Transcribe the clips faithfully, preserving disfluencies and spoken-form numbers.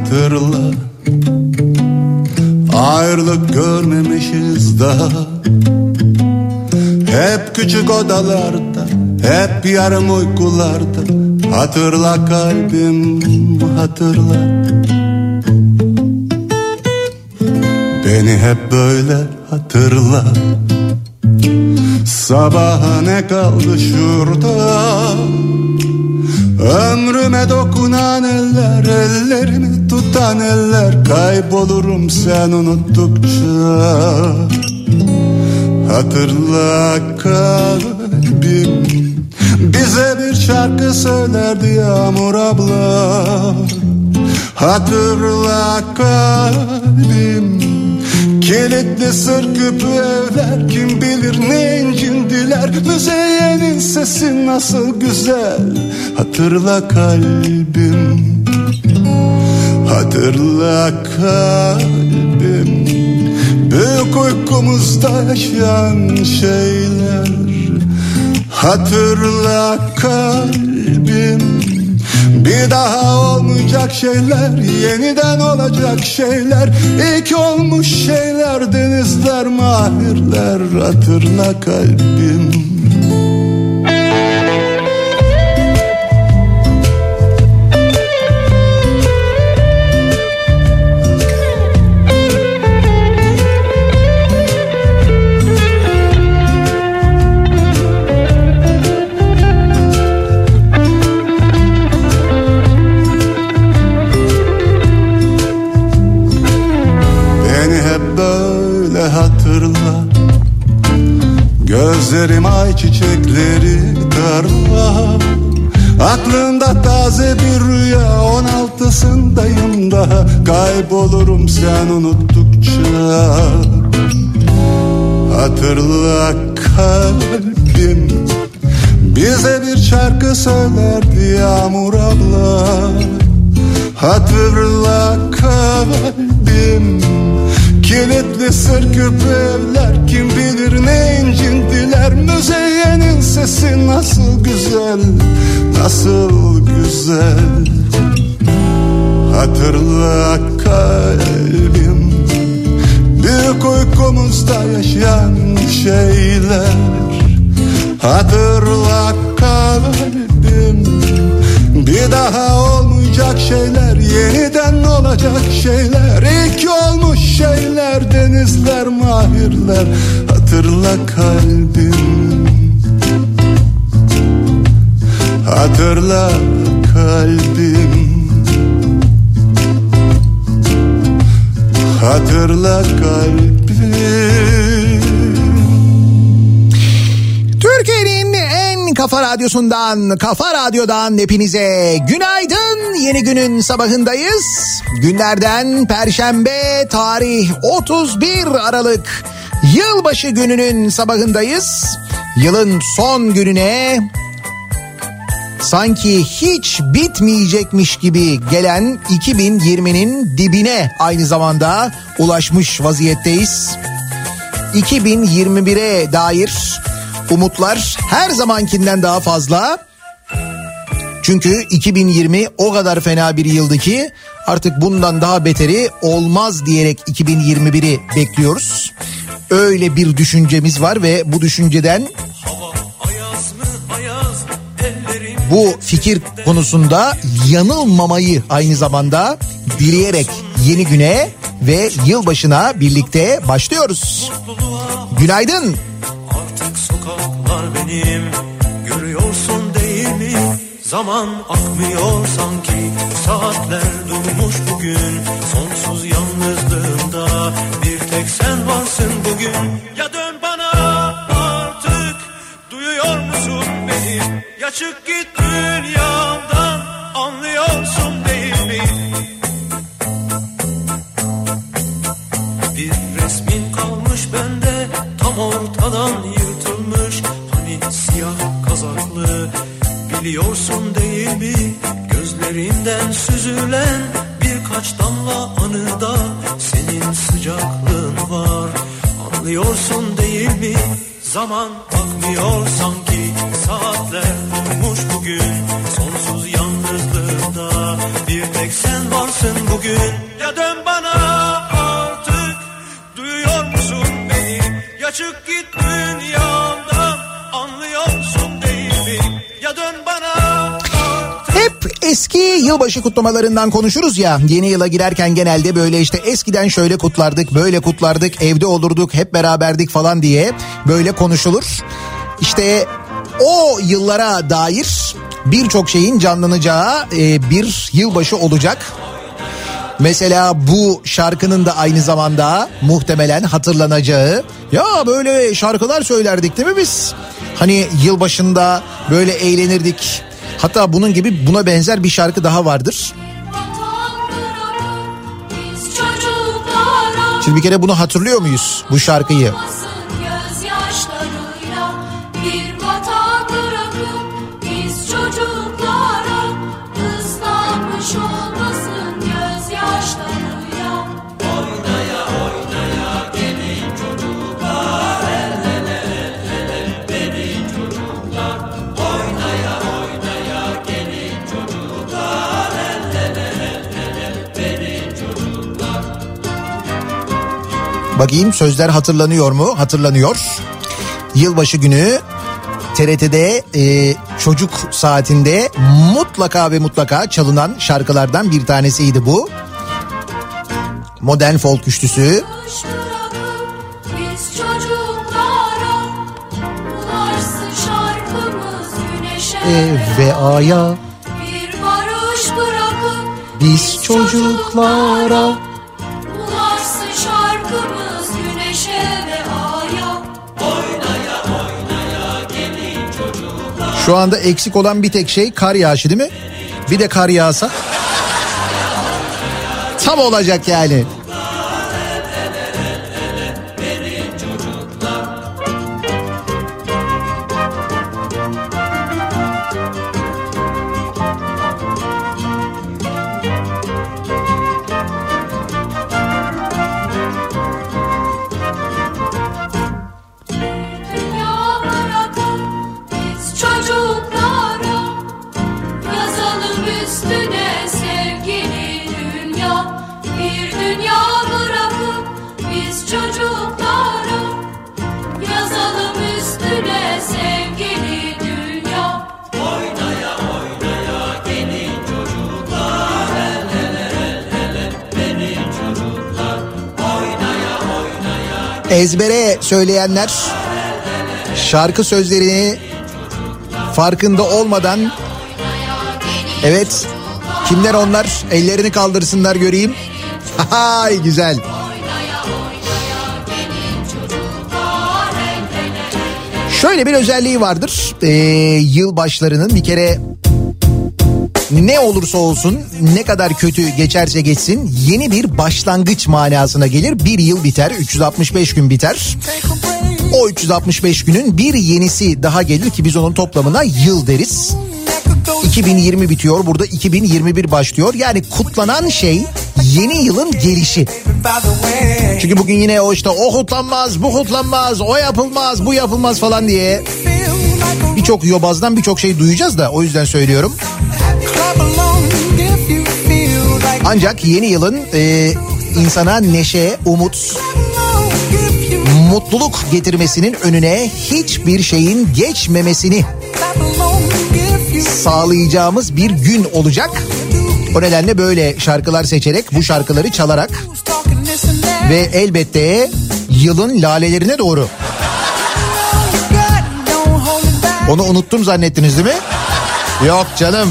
hatırla. Ayrılık görmemişiz daha. Hep küçük odalarda, hep yarım uykularda. Hatırla kalbim, hatırla. Beni hep böyle hatırla. Sabaha ne kaldı şurada? Ömrüme dokunan eller, ellerimi tutan eller. Kaybolurum sen unuttukça. Hatırla kalbim, bize bir şarkı söylerdi Yağmur abla. Hatırla kalbim, kilitli sır küpü evler, kim bilir ne incindiler. Müzeyyenin sesi nasıl güzel. Hatırla kalbim, hatırla kalbim, büyük uykumuzda yaşayan şeyler. Hatırla kalbim, bir daha olmayacak şeyler, yeniden olacak şeyler. İlk olmuş şeyler, denizler, mahirler. Hatırla kalbim. Gözlerim ay çiçekleri tarla. Aklımda taze bir rüya, on altısındayım daha. Kaybolurum sen unuttukça. Hatırla kalbim, bize bir şarkı söylerdi Yağmur abla. Hatırla kalbim, kilitli sır küpü evler, kim bilir ne incindiler. Müzeyyenin sesi nasıl güzel, nasıl güzel. Hatırla kalbim, büyük uykumuzda yaşayan şeyler. Hatırla kalbim, bir daha olmayacak şeyler, yeniden olacak şeyler. İlk olmuş şeyler, denizler, mahirler. Hatırla kalbim, hatırla kalbim, hatırla kalbim. Türkiye'nin en kafa radyosundan, Kafa Radyo'dan hepinize günaydın. Yeni günün sabahındayız. Günlerden Perşembe, tarih otuz bir Aralık. Yılbaşı gününün sabahındayız. Yılın son gününe sanki hiç bitmeyecekmiş gibi gelen iki bin yirminin dibine aynı zamanda ulaşmış vaziyetteyiz. iki bin yirmi bire dair umutlar her zamankinden daha fazla. Çünkü iki bin yirmi o kadar fena bir yıldı ki artık bundan daha beteri olmaz diyerek iki bin yirmi biri bekliyoruz. Öyle bir düşüncemiz var ve bu düşünceden, bu fikir konusunda yanılmamayı aynı zamanda dileyerek yeni güne ve yılbaşına birlikte başlıyoruz. Günaydın. Artık sokaklar benim, görüyorsun değil mi? Zaman akmıyor sanki, saatler durmuş bugün. Sonsuz yalnızlığımda bir tek sen varsın bugün. Ya dön bana artık, duyuyor musun beni? Ya çık git dünyamdan, anlıyorsun değil mi? Bir resmin kalmış bende, tam ortadan yırtılmış. Hani siyah kazaklı, biliyorsun değil mi? Gözlerinden süzülen birkaç damla anıda senin sıcaklığın var. Anlıyorsun değil mi? Zaman akmıyor sanki, saatler durmuş bugün. Sonsuz yalnızlığımda bir tek sen varsın bugün. Eski yılbaşı kutlamalarından konuşuruz ya, yeni yıla girerken genelde böyle işte eskiden şöyle kutlardık, böyle kutlardık, evde olurduk, hep beraberdik falan diye böyle konuşulur. İşte o yıllara dair birçok şeyin canlanacağı e, bir yılbaşı olacak. Mesela bu şarkının da aynı zamanda muhtemelen hatırlanacağı, ya böyle şarkılar söylerdik değil mi biz? Hani yılbaşında böyle eğlenirdik. Hatta bunun gibi buna benzer bir şarkı daha vardır. Şimdi bir kere bunu hatırlıyor muyuz, bu şarkıyı? Bakayım sözler hatırlanıyor mu? Hatırlanıyor. Yılbaşı günü T R T'de e, çocuk saatinde mutlaka ve mutlaka çalınan şarkılardan bir tanesiydi bu. Modern folk üçlüsü. E, ve aya biz çocuklara. Şu anda eksik olan bir tek şey kar yağışı değil mi? Bir de kar yağsa tam olacak yani. Ezbere söyleyenler, şarkı sözlerini farkında olmadan, evet, kimler onlar, ellerini kaldırsınlar göreyim. Hay güzel. Şöyle bir özelliği vardır ee, yılbaşlarının, bir kere ne olursa olsun, ne kadar kötü geçerse geçsin, yeni bir başlangıç manasına gelir. Bir yıl biter, üç yüz altmış beş gün biter. O üç yüz altmış beş günün bir yenisi daha gelir ki biz onun toplamına yıl deriz. iki bin yirmi bitiyor, burada iki bin yirmi bir başlıyor. Yani kutlanan şey yeni yılın gelişi. Çünkü bugün yine o işte o kutlanmaz, bu kutlanmaz, o yapılmaz, bu yapılmaz falan diye birçok yobazdan birçok şey duyacağız da o yüzden söylüyorum. Ancak yeni yılın e, insana neşe, umut, mutluluk getirmesinin önüne hiçbir şeyin geçmemesini sağlayacağımız bir gün olacak. O nedenle böyle şarkılar seçerek, bu şarkıları çalarak ve elbette yılın lalelerine doğru. Onu unuttum zannettiniz değil mi? Yok canım.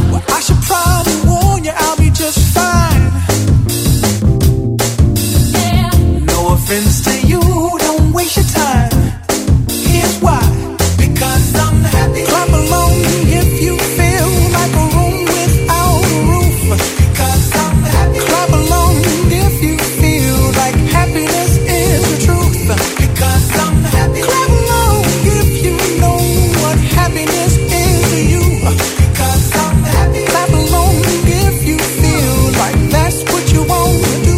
Friends to you, don't waste your time. Here's why. Because I'm happy. Clap along if you feel like a room without a roof. Because I'm happy. Clap along if you feel like happiness is the truth. Because I'm happy. Clap along if you know what happiness is to you. Because I'm happy. Clap along if you feel like that's what you want to do.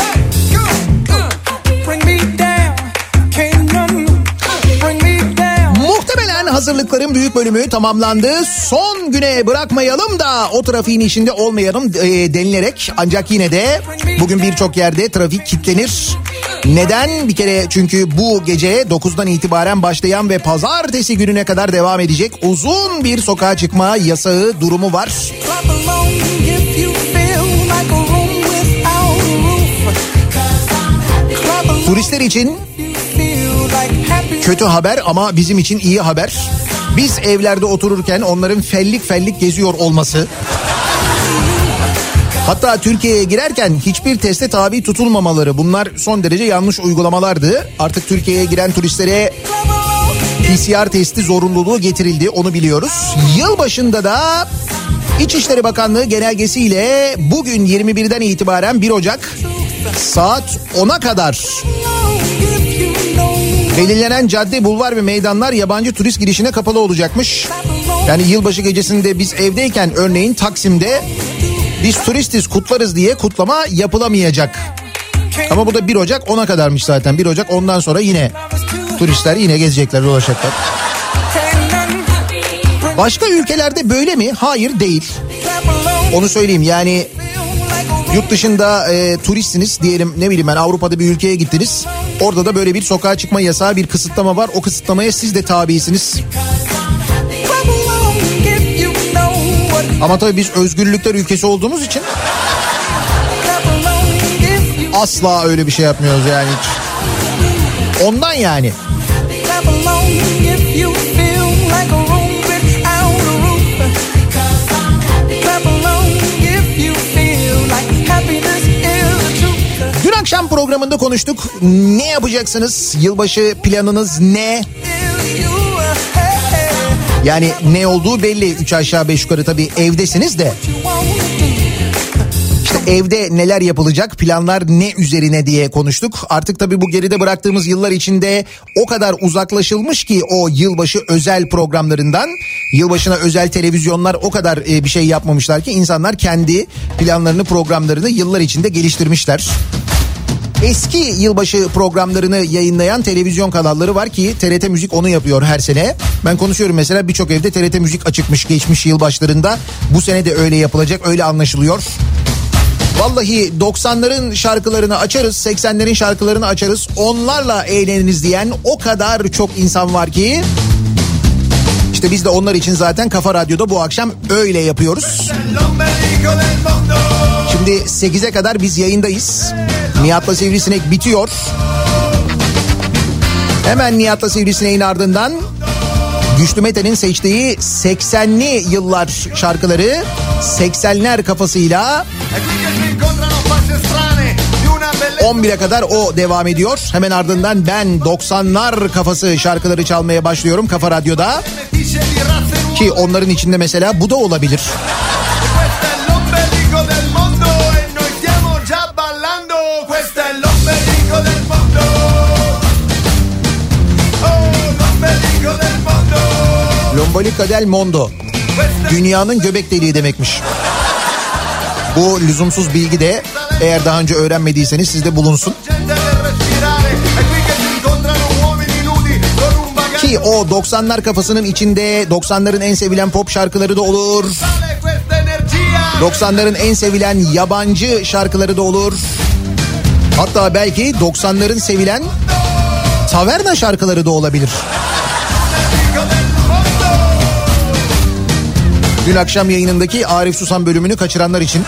Hazırlıkların büyük bölümü tamamlandı. Son güne bırakmayalım da o trafiğin içinde olmayalım e, denilerek, ancak yine de bugün birçok yerde trafik kilitlenir. Neden? Bir kere çünkü bu gece dokuzdan itibaren başlayan ve pazartesi gününe kadar devam edecek uzun bir sokağa çıkma yasağı durumu var. Turistler için kötü haber ama bizim için iyi haber. Biz evlerde otururken onların fellik fellik geziyor olması. Hatta Türkiye'ye girerken hiçbir teste tabi tutulmamaları, bunlar son derece yanlış uygulamalardı. Artık Türkiye'ye giren turistlere P C R testi zorunluluğu getirildi, onu biliyoruz. Yılbaşında da İçişleri Bakanlığı genelgesiyle bugün yirmi birden itibaren bir Ocak saat ona kadar belirlenen cadde, bulvar ve meydanlar yabancı turist girişine kapalı olacakmış. Yani yılbaşı gecesinde biz evdeyken örneğin Taksim'de biz turistiz kutlarız diye kutlama yapılamayacak. Ama bu da bir Ocak ona kadarmış zaten. bir Ocak ondan sonra yine turistler yine gezecekler, dolaşacaklar. Başka ülkelerde böyle mi? Hayır, değil. Onu söyleyeyim yani yurt dışında e, turistsiniz diyelim, ne bileyim ben Avrupa'da bir ülkeye gittiniz. Orada da böyle bir sokağa çıkma yasağı, bir kısıtlama var. O kısıtlamaya siz de tabisiniz. Ama tabii biz özgürlükler ülkesi olduğumuz için asla öyle bir şey yapmıyoruz yani hiç. Ondan yani. Dün akşam programında konuştuk. Ne yapacaksınız? Yılbaşı planınız ne? Yani ne olduğu belli. Üç aşağı beş yukarı tabii evdesiniz de. İşte evde neler yapılacak, planlar ne üzerine diye konuştuk. Artık tabii bu geride bıraktığımız yıllar içinde o kadar uzaklaşılmış ki o yılbaşı özel programlarından. Yılbaşına özel televizyonlar o kadar bir şey yapmamışlar ki insanlar kendi planlarını, programlarını yıllar içinde geliştirmişler. Eski yılbaşı programlarını yayınlayan televizyon kanalları var ki T R T Müzik onu yapıyor her sene. Ben konuşuyorum mesela, birçok evde T R T Müzik açıkmış geçmiş yılbaşlarında. Bu sene de öyle yapılacak, öyle anlaşılıyor. Vallahi doksanların şarkılarını açarız, seksenlerin şarkılarını açarız. Onlarla eğleniriz diyen o kadar çok insan var ki. İşte biz de onlar için zaten Kafa Radyo'da bu akşam öyle yapıyoruz. Şimdi sekize kadar biz yayındayız. Nihat'la Sivrisinek bitiyor. Hemen Nihat'la Sivrisinek'in ardından Güçlü Mete'nin seçtiği seksenli yıllar şarkıları, seksenler kafasıyla on bire kadar o devam ediyor. Hemen ardından ben doksanlar kafası şarkıları çalmaya başlıyorum Kafa Radyo'da. Ki onların içinde mesela bu da olabilir. Lombolica del Mondo. Dünyanın göbek deliği demekmiş. Bu lüzumsuz bilgi de eğer daha önce öğrenmediyseniz sizde bulunsun. Ki o doksanlar kafasının içinde doksanların en sevilen pop şarkıları da olur. doksanların en sevilen yabancı şarkıları da olur. Hatta belki doksanların sevilen taverna şarkıları da olabilir. Dün akşam yayınındaki Arif Susam bölümünü kaçıranlar için.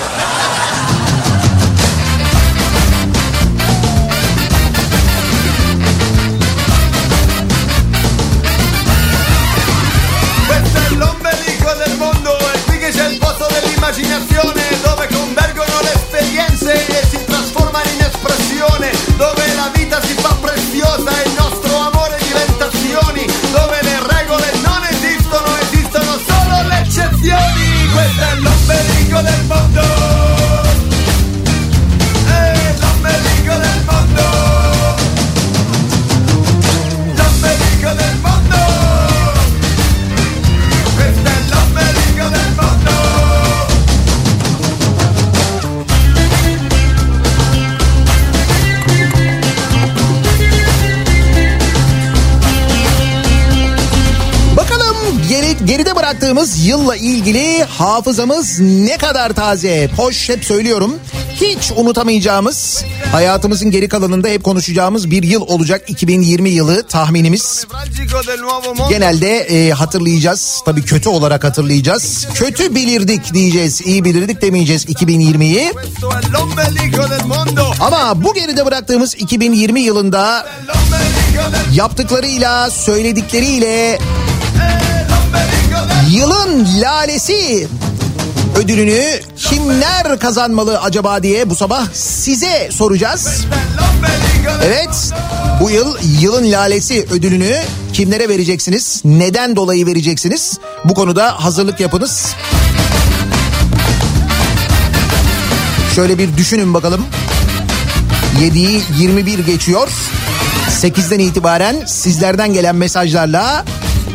Questo è l'ombelico del mondo. Geride bıraktığımız yılla ilgili hafızamız ne kadar taze. Hoş, hep söylüyorum. Hiç unutamayacağımız, hayatımızın geri kalanında hep konuşacağımız bir yıl olacak iki bin yirmi yılı tahminimiz. Genelde e, hatırlayacağız. Tabii kötü olarak hatırlayacağız. Kötü bilirdik diyeceğiz. İyi bilirdik demeyeceğiz iki bin yirmiyi. Ama bu geride bıraktığımız iki bin yirmi yılında yaptıklarıyla, söyledikleriyle yılın lalesi ödülünü kimler kazanmalı acaba diye bu sabah size soracağız. Evet, bu yıl yılın lalesi ödülünü kimlere vereceksiniz? Neden dolayı vereceksiniz? Bu konuda hazırlık yapınız. Şöyle bir düşünün bakalım. yediyi yirmi bir geçiyor. sekizden itibaren sizlerden gelen mesajlarla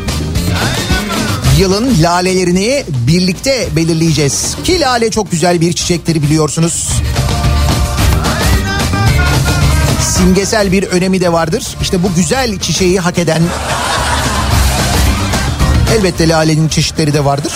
yılın lalelerini birlikte belirleyeceğiz. Ki lale çok güzel bir çiçektir biliyorsunuz. Simgesel bir önemi de vardır. İşte bu güzel çiçeği hak eden, elbette lalenin çeşitleri de vardır.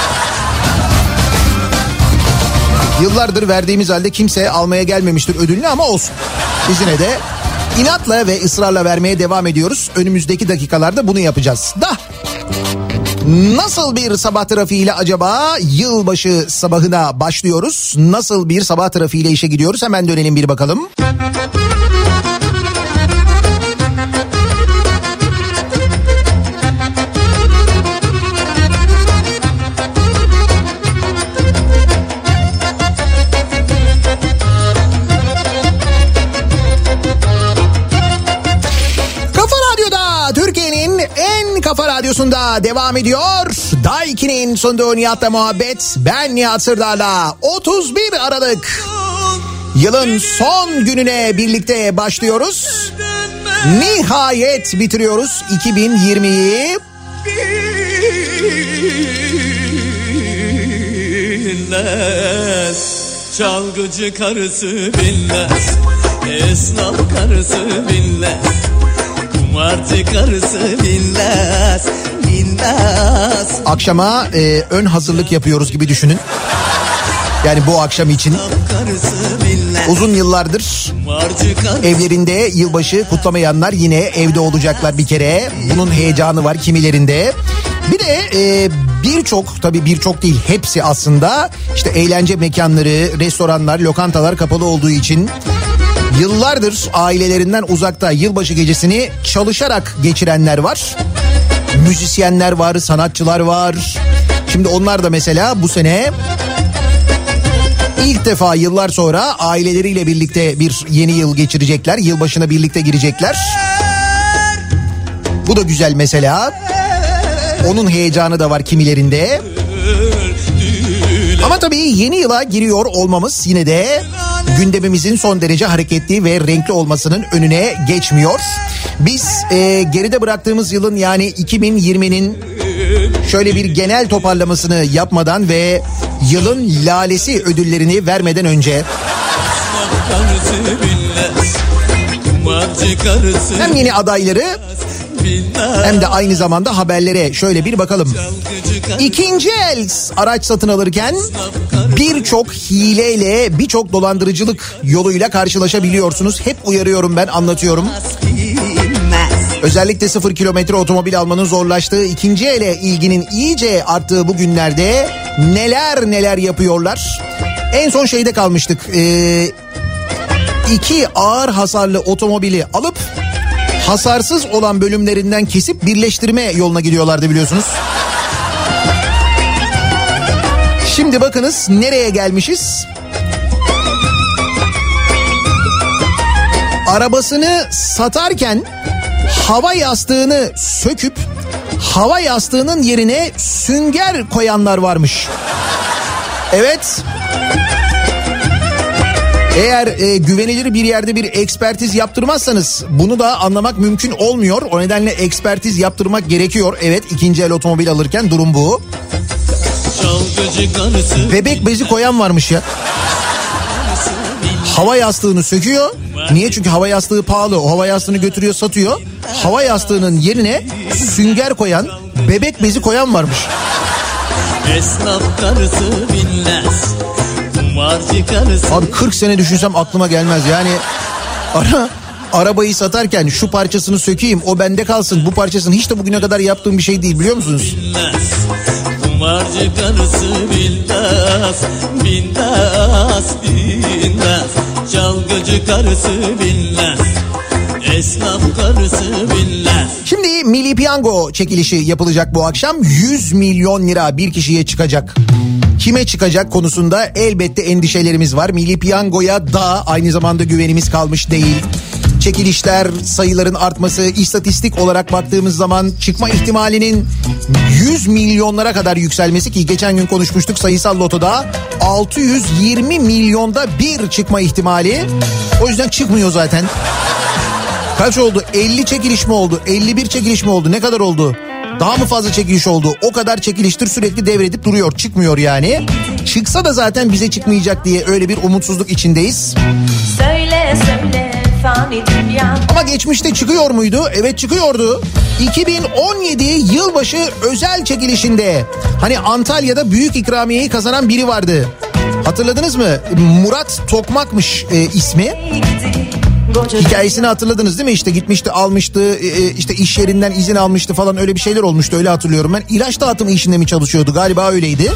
Yıllardır verdiğimiz halde kimse almaya gelmemiştir ödülünü ama olsun. Biz yine de inatla ve ısrarla vermeye devam ediyoruz. Önümüzdeki dakikalarda bunu yapacağız. Da nasıl bir sabah trafiğiyle acaba yılbaşı sabahına başlıyoruz? Nasıl bir sabah trafiğiyle işe gidiyoruz? Hemen dönelim bir bakalım. Kafa Radyosu'nda devam ediyor. Daiki'nin sunduğu Nihat'la muhabbet. Ben Nihat Sırdar'la otuz bir Aralık yılın son gününe birlikte başlıyoruz. Nihayet bitiriyoruz iki bin yirmiyi. Bilmez, çalgıcı karısı bilmez, esnaf karısı bilmez. Martı karısı bilmez, bilmez. Akşama e, ön hazırlık yapıyoruz gibi düşünün. Yani bu akşam için. Uzun yıllardır evlerinde yılbaşı kutlamayanlar yine evde olacaklar bir kere. Bunun heyecanı var kimilerinde. Bir de e, birçok, tabii birçok değil, hepsi aslında işte eğlence mekanları, restoranlar, lokantalar kapalı olduğu için yıllardır ailelerinden uzakta yılbaşı gecesini çalışarak geçirenler var. Müzisyenler var, sanatçılar var. Şimdi onlar da mesela bu sene ilk defa yıllar sonra aileleriyle birlikte bir yeni yıl geçirecekler. Yılbaşına birlikte girecekler. Bu da güzel mesela. Onun heyecanı da var kimilerinde. Ama tabii yeni yıla giriyor olmamız yine de gündemimizin son derece hareketli ve renkli olmasının önüne geçmiyor. Biz e, geride bıraktığımız yılın, yani iki bin yirminin şöyle bir genel toparlamasını yapmadan ve yılın lalesi ödüllerini vermeden önce hem yeni adayları hem de aynı zamanda haberlere şöyle bir bakalım. İkinci el araç satın alırken birçok hileyle, birçok dolandırıcılık yoluyla karşılaşabiliyorsunuz. Hep uyarıyorum, ben anlatıyorum. Özellikle sıfır kilometre otomobil almanın zorlaştığı, ikinci ele ilginin iyice arttığı bu günlerde neler neler yapıyorlar. En son şeyde kalmıştık. Ee, iki ağır hasarlı otomobili alıp hasarsız olan bölümlerinden kesip birleştirme yoluna gidiyorlardı biliyorsunuz. Şimdi bakınız nereye gelmişiz? Arabasını satarken hava yastığını söküp hava yastığının yerine sünger koyanlar varmış. Evet. Eğer e, güvenilir bir yerde bir ekspertiz yaptırmazsanız bunu da anlamak mümkün olmuyor. O nedenle ekspertiz yaptırmak gerekiyor. Evet, ikinci el otomobil alırken durum bu. Bebek bezi koyan varmış ya. Hava yastığını söküyor. Niye? Çünkü hava yastığı pahalı. O hava yastığını götürüyor, satıyor. Hava yastığının yerine sünger koyan, bebek bezi koyan varmış. Esnaf karısı bilmez. Kumarcı karısı. Abi kırk sene düşünsem aklıma gelmez yani. Ara, arabayı satarken şu parçasını sökeyim, o bende kalsın, bu parçasını, hiç de bugüne kadar yaptığım bir şey değil, biliyor musunuz? Bilmez. Kumarcı karısı bilmez. Bilmez, bilmez. Çalgıcı karısı bilmez. Esnaf karısı bilmez. Şimdi Milli Piyango çekilişi yapılacak bu akşam. yüz milyon lira bir kişiye çıkacak. Kime çıkacak konusunda elbette endişelerimiz var. Milli Piyango'ya da aynı zamanda güvenimiz kalmış değil. Çekilişler, sayıların artması, istatistik olarak baktığımız zaman çıkma ihtimalinin yüz milyonlara kadar yükselmesi, ki geçen gün konuşmuştuk sayısal lotoda altı yüz yirmi milyonda bir çıkma ihtimali. O yüzden çıkmıyor zaten. Kaç oldu? elli çekiliş mi oldu? elli bir çekiliş mi oldu? Ne kadar oldu? Daha mı fazla çekiliş oldu? O kadar çekiliştir, sürekli devredip duruyor. Çıkmıyor yani. Çıksa da zaten bize çıkmayacak diye öyle bir umutsuzluk içindeyiz. Söyle söyle fani dünya. Ama geçmişte çıkıyor muydu? Evet, çıkıyordu. iki bin on yedi yılbaşı özel çekilişinde hani Antalya'da büyük ikramiyeyi kazanan biri vardı. Hatırladınız mı? Murat Tokmak'mış e, ismi. Hikayesini hatırladınız değil mi? İşte gitmişti, almıştı, işte iş yerinden izin almıştı falan, öyle bir şeyler olmuştu, öyle hatırlıyorum ben. İlaç dağıtımı işinde mi çalışıyordu? Galiba öyleydi.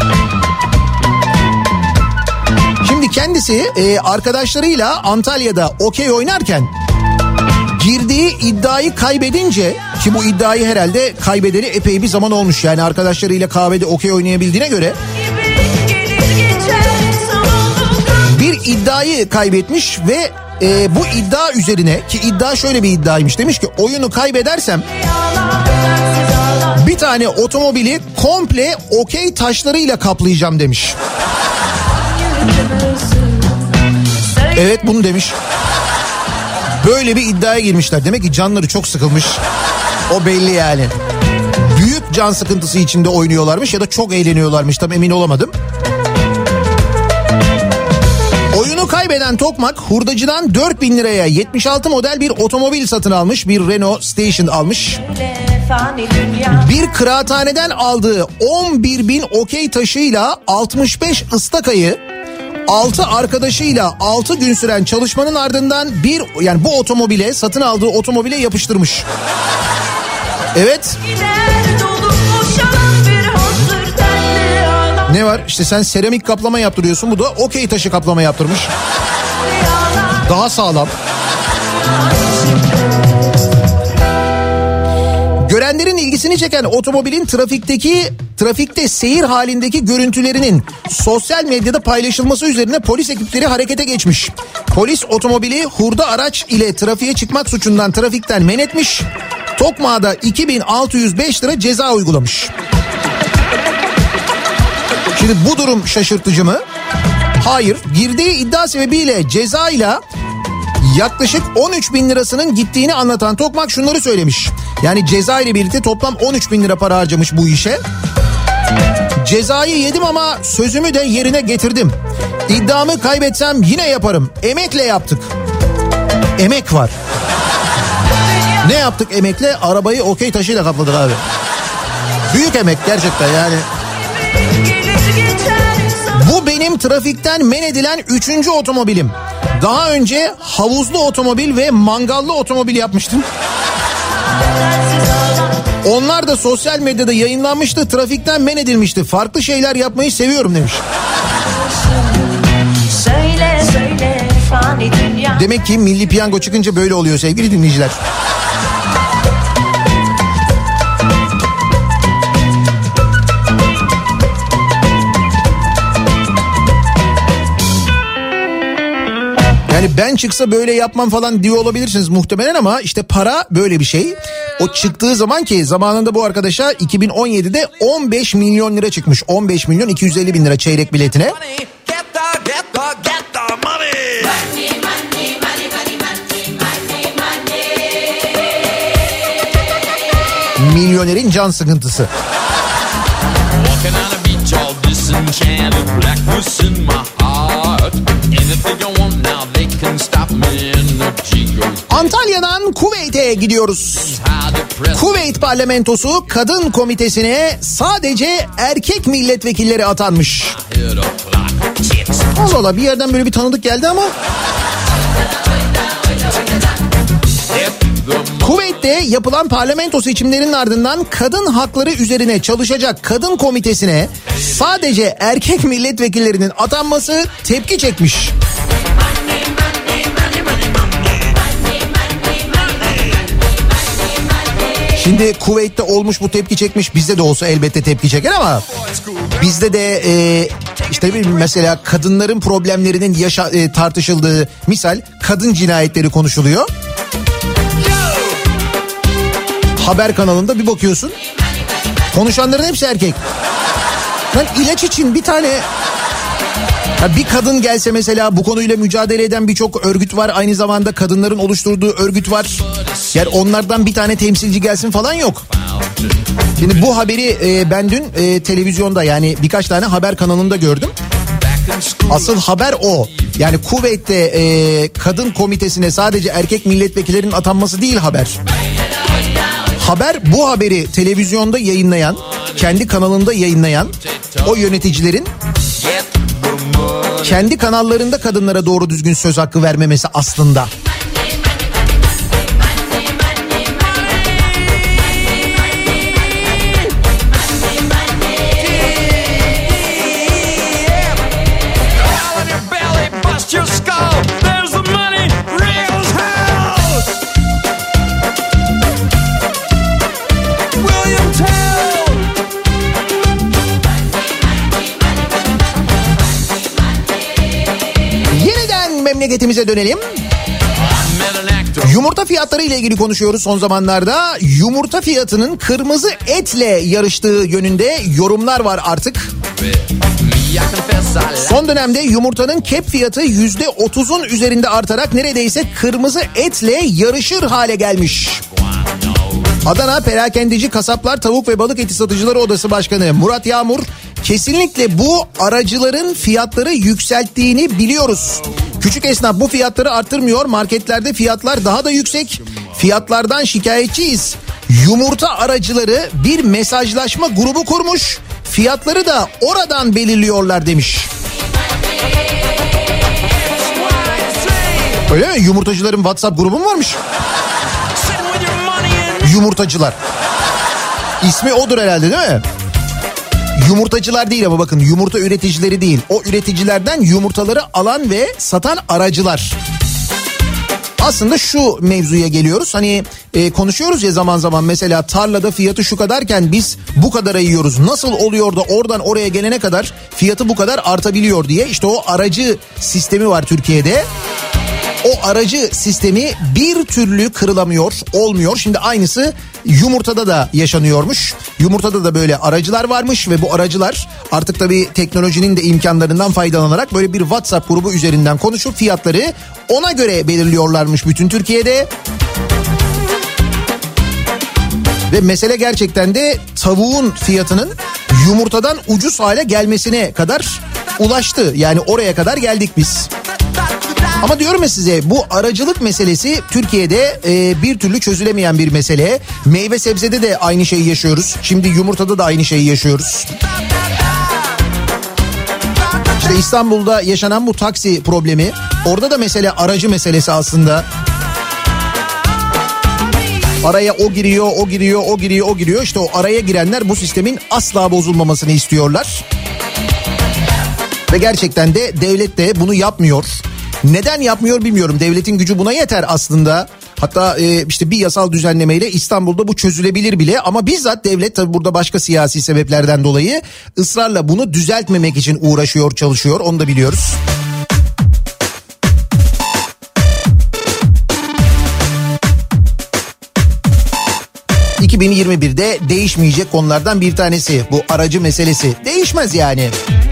Şimdi kendisi arkadaşlarıyla Antalya'da okey oynarken girdiği iddiayı kaybedince, ki bu iddiayı herhalde kaybedeli epey bir zaman olmuş, yani arkadaşlarıyla kahvede okey oynayabildiğine göre bir iddiayı kaybetmiş ve Ee, bu iddia üzerine, ki iddia şöyle bir iddiaymış, demiş ki oyunu kaybedersem bir tane otomobili komple okey taşlarıyla kaplayacağım demiş. Evet, bunu demiş. Böyle bir iddiaya girmişler. Demek ki canları çok sıkılmış. O belli yani. Büyük can sıkıntısı içinde oynuyorlarmış ya da çok eğleniyorlarmış, tam emin olamadım. Oyunu kaybeden Tokmak hurdacıdan dört bin liraya yetmiş altı model bir otomobil satın almış. Bir Renault Station almış. Bir kıraathaneden aldığı on bir bin okey taşıyla altmış beş ıstakayı altı arkadaşıyla altı gün süren çalışmanın ardından bir, yani bu otomobile, satın aldığı otomobile yapıştırmış. Evet. Ne var? İşte sen seramik kaplama yaptırıyorsun, bu da okey taşı kaplama yaptırmış. Daha sağlam. Görenlerin ilgisini çeken otomobilin trafikteki trafikte seyir halindeki görüntülerinin sosyal medyada paylaşılması üzerine polis ekipleri harekete geçmiş. Polis otomobili hurda araç ile trafiğe çıkmak suçundan trafikten men etmiş. Tokmağ'da iki bin altı yüz beş lira ceza uygulamış. Şimdi bu durum şaşırtıcı mı? Hayır. Girdiği iddia sebebiyle cezayla yaklaşık on üç bin lirasının gittiğini anlatan Tokmak şunları söylemiş. Yani ceza ile birlikte toplam on üç bin lira para harcamış bu işe. Cezayı yedim ama sözümü de yerine getirdim. İddiamı kaybetsem yine yaparım. Emekle yaptık. Emek var. Ne yaptık emekle? Arabayı okey taşıyla kapladık abi. Büyük emek gerçekten yani. Bu benim trafikten men edilen üçüncü otomobilim. Daha önce havuzlu otomobil ve mangallı otomobil yapmıştım. Onlar da sosyal medyada yayınlanmıştı, trafikten men edilmişti. Farklı şeyler yapmayı seviyorum demiş. Söyle söyle fani dünya. Demek ki Milli Piyango çıkınca böyle oluyor sevgili dinleyiciler. Yani ben çıksa böyle yapmam falan diyor olabilirsiniz muhtemelen, ama işte para böyle bir şey. O çıktığı zaman, ki zamanında bu arkadaşa iki bin on yedide on beş milyon lira çıkmış. on beş milyon iki yüz elli bin lira çeyrek biletine. Milyonerin can sıkıntısı. Antalya'dan Kuveyt'e gidiyoruz. Kuveyt parlamentosu kadın komitesine sadece erkek milletvekilleri atanmış. Allah Allah, bir yerden böyle bir tanıdık geldi ama. Kuveyt'te yapılan parlamento seçimlerinin ardından kadın hakları üzerine çalışacak kadın komitesine sadece erkek milletvekillerinin atanması tepki çekmiş. Şimdi Kuveyt'te olmuş, bu tepki çekmiş, bizde de olsa elbette tepki çeker ama bizde de e, işte bir mesela kadınların problemlerinin yaşa, e, tartışıldığı, misal kadın cinayetleri konuşuluyor. Haber kanalında bir bakıyorsun, konuşanların hepsi erkek. Lan ilaç için bir tane, ya bir kadın gelse mesela, bu konuyla mücadele eden birçok örgüt var. Aynı zamanda kadınların oluşturduğu örgüt var. Yani onlardan bir tane temsilci gelsin falan yok. Şimdi bu haberi e, ben dün e, televizyonda, yani birkaç tane haber kanalında gördüm. Asıl haber o. Yani Kuveyt'te e, kadın komitesine sadece erkek milletvekillerinin atanması değil haber. Haber, bu haberi televizyonda yayınlayan, kendi kanalında yayınlayan o yöneticilerin kendi kanallarında kadınlara doğru düzgün söz hakkı vermemesi aslında. Memleketimize dönelim. Yumurta fiyatları ile ilgili konuşuyoruz son zamanlarda. Yumurta fiyatının kırmızı etle yarıştığı yönünde yorumlar var artık. Son dönemde yumurtanın kep fiyatı yüzde otuzun üzerinde artarak neredeyse kırmızı etle yarışır hale gelmiş. Adana Perakendeci Kasaplar Tavuk ve Balık Eti Satıcıları Odası Başkanı Murat Yağmur, kesinlikle bu aracıların fiyatları yükselttiğini biliyoruz. Küçük esnaf bu fiyatları arttırmıyor. Marketlerde fiyatlar daha da yüksek. Fiyatlardan şikayetçiyiz. Yumurta aracıları bir mesajlaşma grubu kurmuş. Fiyatları da oradan belirliyorlar demiş. Öyle mi? Yumurtacıların WhatsApp grubu mu varmış? Yumurtacılar. İsmi odur herhalde, değil mi? Yumurtacılar değil ama bakın, yumurta üreticileri değil. O üreticilerden yumurtaları alan ve satan aracılar. Aslında şu mevzuya geliyoruz. Hani e, konuşuyoruz ya zaman zaman, mesela tarlada fiyatı şu kadarken biz bu kadara yiyoruz. Nasıl oluyor da oradan oraya gelene kadar fiyatı bu kadar artabiliyor diye. İşte o aracı sistemi var Türkiye'de. O aracı sistemi bir türlü kırılamıyor, olmuyor. Şimdi aynısı yumurtada da yaşanıyormuş. Yumurtada da böyle aracılar varmış ve bu aracılar artık tabii teknolojinin de imkanlarından faydalanarak böyle bir WhatsApp grubu üzerinden konuşup fiyatları ona göre belirliyorlarmış bütün Türkiye'de. Ve mesele gerçekten de tavuğun fiyatının yumurtadan ucuz hale gelmesine kadar ulaştı. Yani oraya kadar geldik biz. Ama diyorum ya size, bu aracılık meselesi Türkiye'de e, bir türlü çözülemeyen bir mesele. Meyve sebzede de aynı şeyi yaşıyoruz. Şimdi yumurtada da aynı şeyi yaşıyoruz. İşte İstanbul'da yaşanan bu taksi problemi, orada da mesele aracı meselesi aslında. Araya o giriyor, o giriyor, o giriyor, o giriyor. İşte o araya girenler bu sistemin asla bozulmamasını istiyorlar. Ve gerçekten de devlet de bunu yapmıyor. Neden yapmıyor bilmiyorum. Devletin gücü buna yeter aslında. Hatta e, işte bir yasal düzenlemeyle İstanbul'da bu çözülebilir bile. Ama bizzat devlet tabii burada başka siyasi sebeplerden dolayı ısrarla bunu düzeltmemek için uğraşıyor, çalışıyor. Onu da biliyoruz. iki bin yirmi birde değişmeyecek konulardan bir tanesi bu aracı meselesi. Değişmez yani.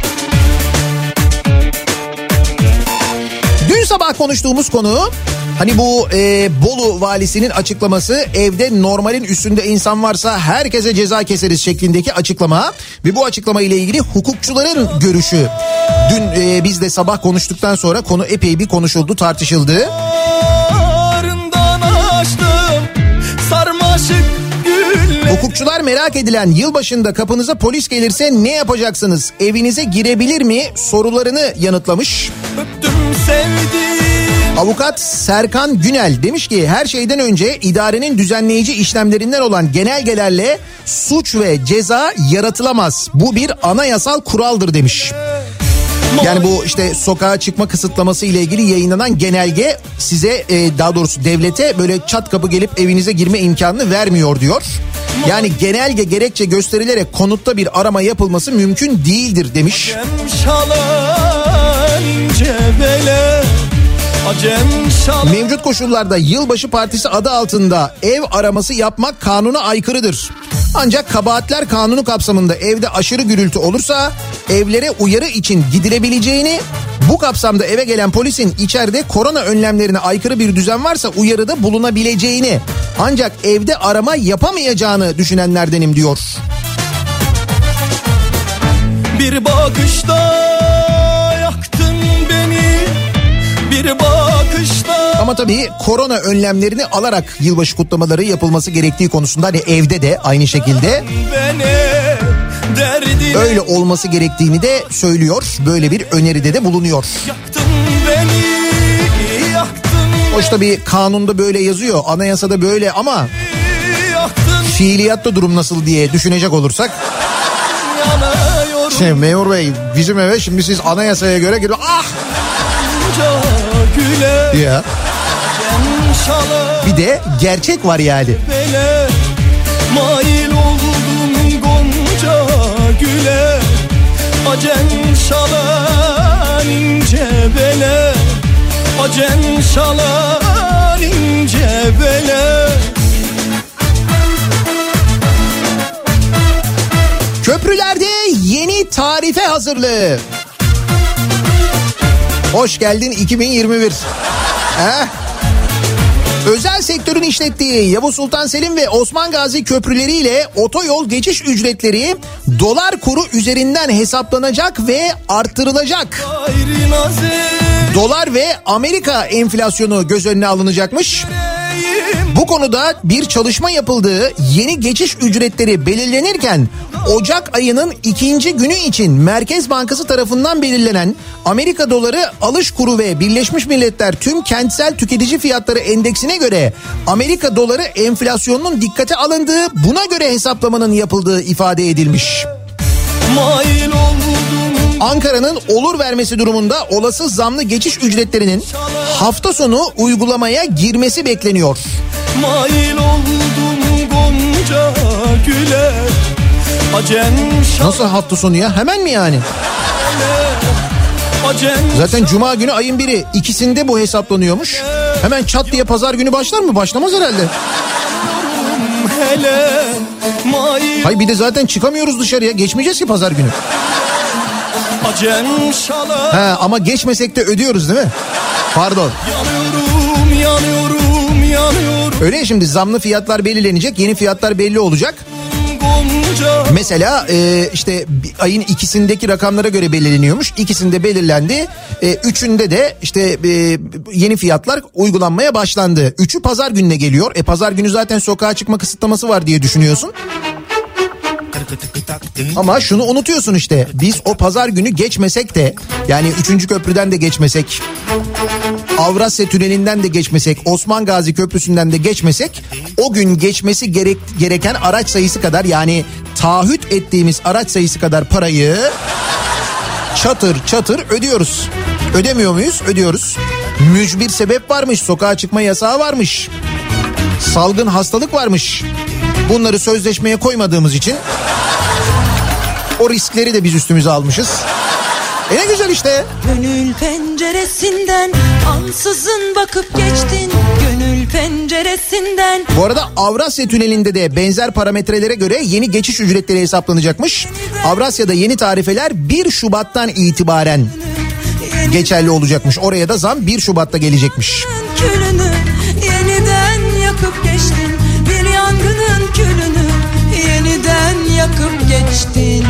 Dün sabah konuştuğumuz konu, hani bu e, Bolu valisinin açıklaması, evde normalin üstünde insan varsa herkese ceza keseriz şeklindeki açıklama ve bu açıklama ile ilgili hukukçuların görüşü. Dün e, biz de sabah konuştuktan sonra konu epey bir konuşuldu, tartışıldı. Ağrından açtım sarmaşık Hukukçular merak edilen yılbaşında kapınıza polis gelirse ne yapacaksınız? Evinize girebilir mi? Sorularını yanıtlamış. Öptüm sevdim. Avukat Serkan Günel demiş ki her şeyden önce idarenin düzenleyici işlemlerinden olan genelgelerle suç ve ceza yaratılamaz. Bu bir anayasal kuraldır demiş. Yani bu işte sokağa çıkma kısıtlaması ile ilgili yayınlanan genelge size e, daha doğrusu devlete böyle çat kapı gelip evinize girme imkanını vermiyor diyor. Yani genelge gerekçe gösterilerek konutta bir arama yapılması mümkün değildir demiş. Mevcut koşullarda yılbaşı partisi adı altında ev araması yapmak kanuna aykırıdır. Ancak kabahatler kanunu kapsamında evde aşırı gürültü olursa evlere uyarı için gidilebileceğini, bu kapsamda eve gelen polisin içeride korona önlemlerine aykırı bir düzen varsa uyarıda bulunabileceğini, ancak evde arama yapamayacağını düşünenlerdenim diyor. Bir bakışta yaktın beni, bir bakışta. Ama tabii korona önlemlerini alarak yılbaşı kutlamaları yapılması gerektiği konusunda hani evde de aynı şekilde öyle olması gerektiğini de söylüyor. Böyle bir öneride de bulunuyor. Yaktın beni, yaktın. Hoş tabii kanunda böyle yazıyor, anayasada böyle ama yaktın. Fiiliyatta durum nasıl diye düşünecek olursak. Şey, memur bey bizim eve şimdi siz anayasaya göre gidiyor. Ah! Ya. Bir de gerçek var yani. Mail oldum gonca güle, acem şalan ince bele, acem şalan ince bele. Köprülerde yeni tarife hazırlığı. Hoş geldin iki bin yirmi bir. Heh. Özel sektörün işlettiği Yavuz Sultan Selim ve Osman Gazi köprüleriyle otoyol geçiş ücretleri dolar kuru üzerinden hesaplanacak ve arttırılacak. Dolar ve Amerika enflasyonu göz önüne alınacakmış. Bu konuda bir çalışma yapıldığı, yeni geçiş ücretleri belirlenirken Ocak ayının ikinci günü için Merkez Bankası tarafından belirlenen Amerika doları alış kuru ve Birleşmiş Milletler tüm kentsel tüketici fiyatları endeksine göre Amerika doları enflasyonunun dikkate alındığı, buna göre hesaplamanın yapıldığı ifade edilmiş. Ankara'nın olur vermesi durumunda olası zamlı geçiş ücretlerinin hafta sonu uygulamaya girmesi bekleniyor. Mail oldum gonca güle, acem şalan. Nasıl hafta sonu ya? Hemen mi yani? Zaten cuma günü ayın biri, ikisinde bu hesaplanıyormuş. Hemen çat diye pazar günü başlar mı? Başlamaz herhalde. Hayır, bir de zaten çıkamıyoruz dışarıya. Geçmeyeceğiz ki pazar günü. Ha, ama geçmesek de ödüyoruz değil mi? Pardon. Yanıyorum, yanıyorum, yanıyorum. Öyle ya, şimdi zamlı fiyatlar belirlenecek, yeni fiyatlar belli olacak. Mesela e, işte ayın ikisindeki rakamlara göre belirleniyormuş. İkisinde belirlendi. E, üçünde de işte e, yeni fiyatlar uygulanmaya başlandı. Üçü pazar gününe geliyor. E pazar günü zaten sokağa çıkma kısıtlaması var diye düşünüyorsun. Ama şunu unutuyorsun işte, biz o pazar günü geçmesek de, yani üçüncü köprüden de geçmesek, Avrasya Tüneli'nden de geçmesek, Osman Gazi Köprüsü'nden de geçmesek, o gün geçmesi gerek, gereken araç sayısı kadar, yani taahhüt ettiğimiz araç sayısı kadar parayı çatır çatır ödüyoruz. Ödemiyor muyuz? Ödüyoruz. Mücbir sebep varmış, sokağa çıkma yasağı varmış, salgın hastalık varmış. Bunları sözleşmeye koymadığımız için o riskleri de biz üstümüze almışız. E ne güzel işte. Gönül penceresinden ansızın bakıp geçtin. Gönül penceresinden. Bu arada Avrasya Tüneli'nde de benzer parametrelere göre yeni geçiş ücretleri hesaplanacakmış. Avrasya'da yeni tarifeler bir Şubat'tan itibaren geçerli olacakmış. Oraya da zam bir Şubat'ta gelecekmiş. Külünü yeniden yakıp geçtin. Bir yangının külünü yeniden yakıp geçtin.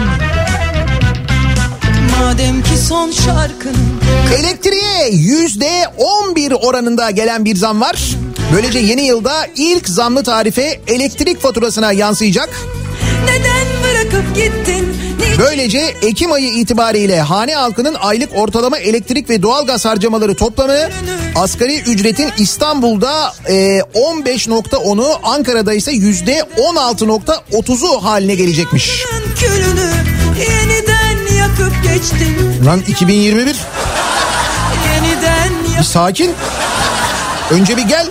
Madem ki son şarkının... Elektriğe yüzde on bir oranında gelen bir zam var. Böylece yeni yılda ilk zamlı tarife elektrik faturasına yansıyacak. Neden bırakıp gittin? Niçin? Böylece Ekim ayı itibariyle hane halkının aylık ortalama elektrik ve doğalgaz harcamaları toplamı asgari ücretin İstanbul'da e, on beş nokta onu, Ankara'da ise yüzde on altı nokta otuzu haline gelecekmiş. Külünü yeniden yakıp geçtin. Lan iki bin yirmi bir. Yeniden Bir yakıp sakin. Önce bir gel.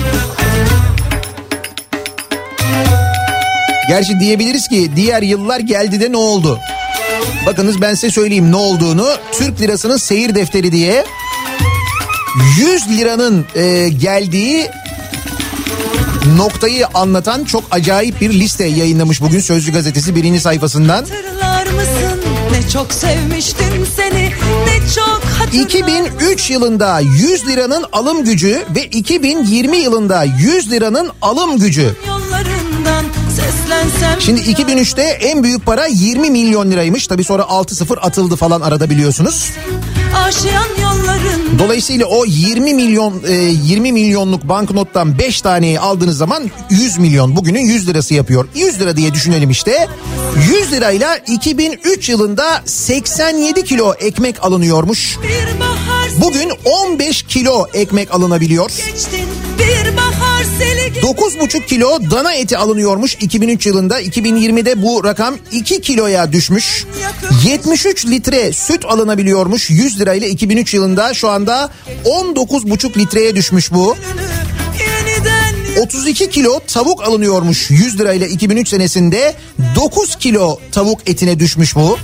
Gerçi diyebiliriz ki diğer yıllar geldi de ne oldu? Bakınız ben size söyleyeyim ne olduğunu. Türk lirasının seyir defteri diye yüz liranın e, geldiği noktayı anlatan çok acayip bir liste yayınlamış bugün Sözcü gazetesi birinci sayfasından. hatırlar mısın? Ne çok sevmiştim seni, ne çok hatırlar. iki bin üç yılında yüz liranın alım gücü ve iki bin yirmi yılında yüz liranın alım gücü. Yollarından seslensem. Şimdi iki bin üçte en büyük para yirmi milyon liraymış. Tabii sonra altı sıfır atıldı falan arada biliyorsunuz. Aşiyan yolların. Dolayısıyla o yirmi milyon e, yirmi milyonluk banknottan beş taneyi aldığınız zaman yüz milyon, bugünün yüz lirası yapıyor. yüz lira diye düşünelim işte. yüz lirayla iki bin üç yılında seksen yedi kilo ekmek alınıyormuş. Bir bahar Bugün on beş kilo ekmek alınabiliyor. geçtin, bir bahar seli geçtin. dokuz buçuk kilo dana eti alınıyormuş iki bin üç yılında. iki bin yirmide bu rakam iki kiloya düşmüş. yetmiş üç litre süt alınabiliyormuş yüz lirayla iki bin üç yılında. Şu anda on dokuz buçuk litreye düşmüş bu. Yeniden otuz iki kilo tavuk alınıyormuş yüz lirayla iki bin üç senesinde. dokuz kilo tavuk etine düşmüş bu.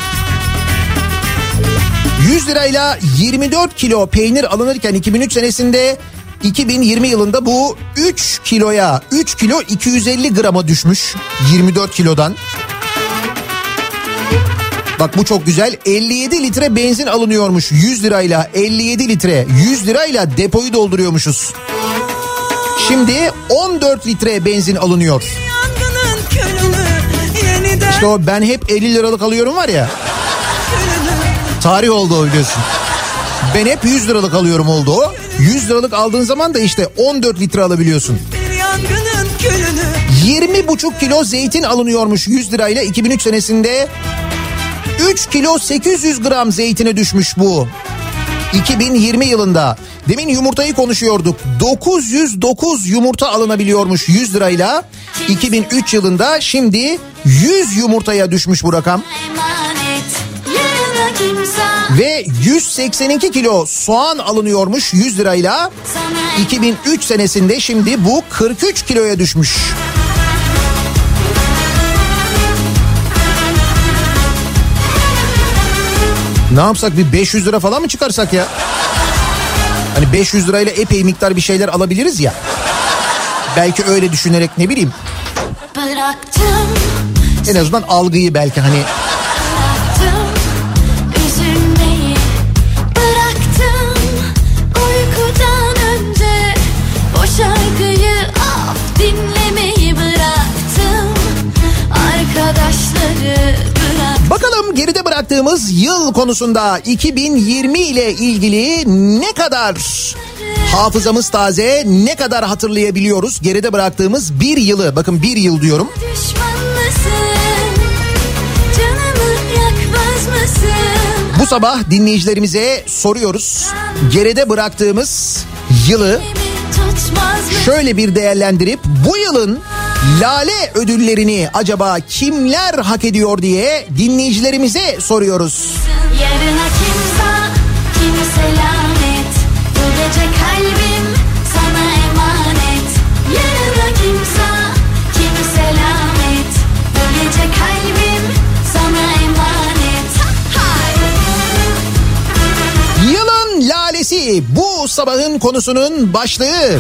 yüz lirayla yirmi dört kilo peynir alınırken iki bin üç senesinde, iki bin yirmi yılında bu üç kiloya, üç kilo iki yüz elli grama düşmüş yirmi dört kilodan. Bak bu çok güzel, elli yedi litre benzin alınıyormuş yüz lirayla, elli yedi litre yüz lirayla depoyu dolduruyormuşuz. Şimdi on dört litre benzin alınıyor. yangının külünü yeniden İşte o ben hep elli liralık alıyorum var ya, külünü. tarih oldu o biliyorsun. Ben hep yüz liralık alıyorum oldu o. yüz liralık aldığın zaman da işte on dört litre alabiliyorsun. Bir yangının külünü. yirmi buçuk kilo zeytin alınıyormuş yüz lirayla iki bin üç senesinde. üç kilo sekiz yüz gram zeytine düşmüş bu. iki bin yirmi yılında. Demin yumurtayı konuşuyorduk. dokuz yüz dokuz yumurta alınabiliyormuş yüz lirayla. iki bin üç yılında, şimdi yüz yumurtaya düşmüş bu rakam. Ve yüz seksen iki kilo soğan alınıyormuş yüz lirayla. iki bin üç senesinde, şimdi bu kırk üç kiloya düşmüş. Ne yapsak, bir beş yüz lira falan mı çıkarsak ya? Hani beş yüz lirayla epey miktar bir şeyler alabiliriz ya. Belki öyle düşünerek, ne bileyim. Bıraktım, En azından algıyı belki hani. bıraktım, üzülmeyi bıraktım, uykudan önce o şarkıyı af dinlemeyi bıraktım, arkadaşları bıraktım. Bakalım geride bıraktığımız yıl konusunda iki bin yirmi ile ilgili ne kadar hafızamız taze, ne kadar hatırlayabiliyoruz geride bıraktığımız bir yılı. Bakın bir yıl diyorum. Düşman mısın? Canımı yakmaz mısın? Bu sabah dinleyicilerimize soruyoruz. Geride bıraktığımız yılı Tutmaz mısın? şöyle bir değerlendirip bu yılın Lale ödüllerini acaba kimler hak ediyor diye dinleyicilerimize soruyoruz. Yarına kimse, kimse lanet. Bu gece kalbim sana emanet. Yarına kimse, kimse lanet. Bu gece kalbim sana emanet. Hay. Yılın lalesi bu sabahın konusunun başlığı.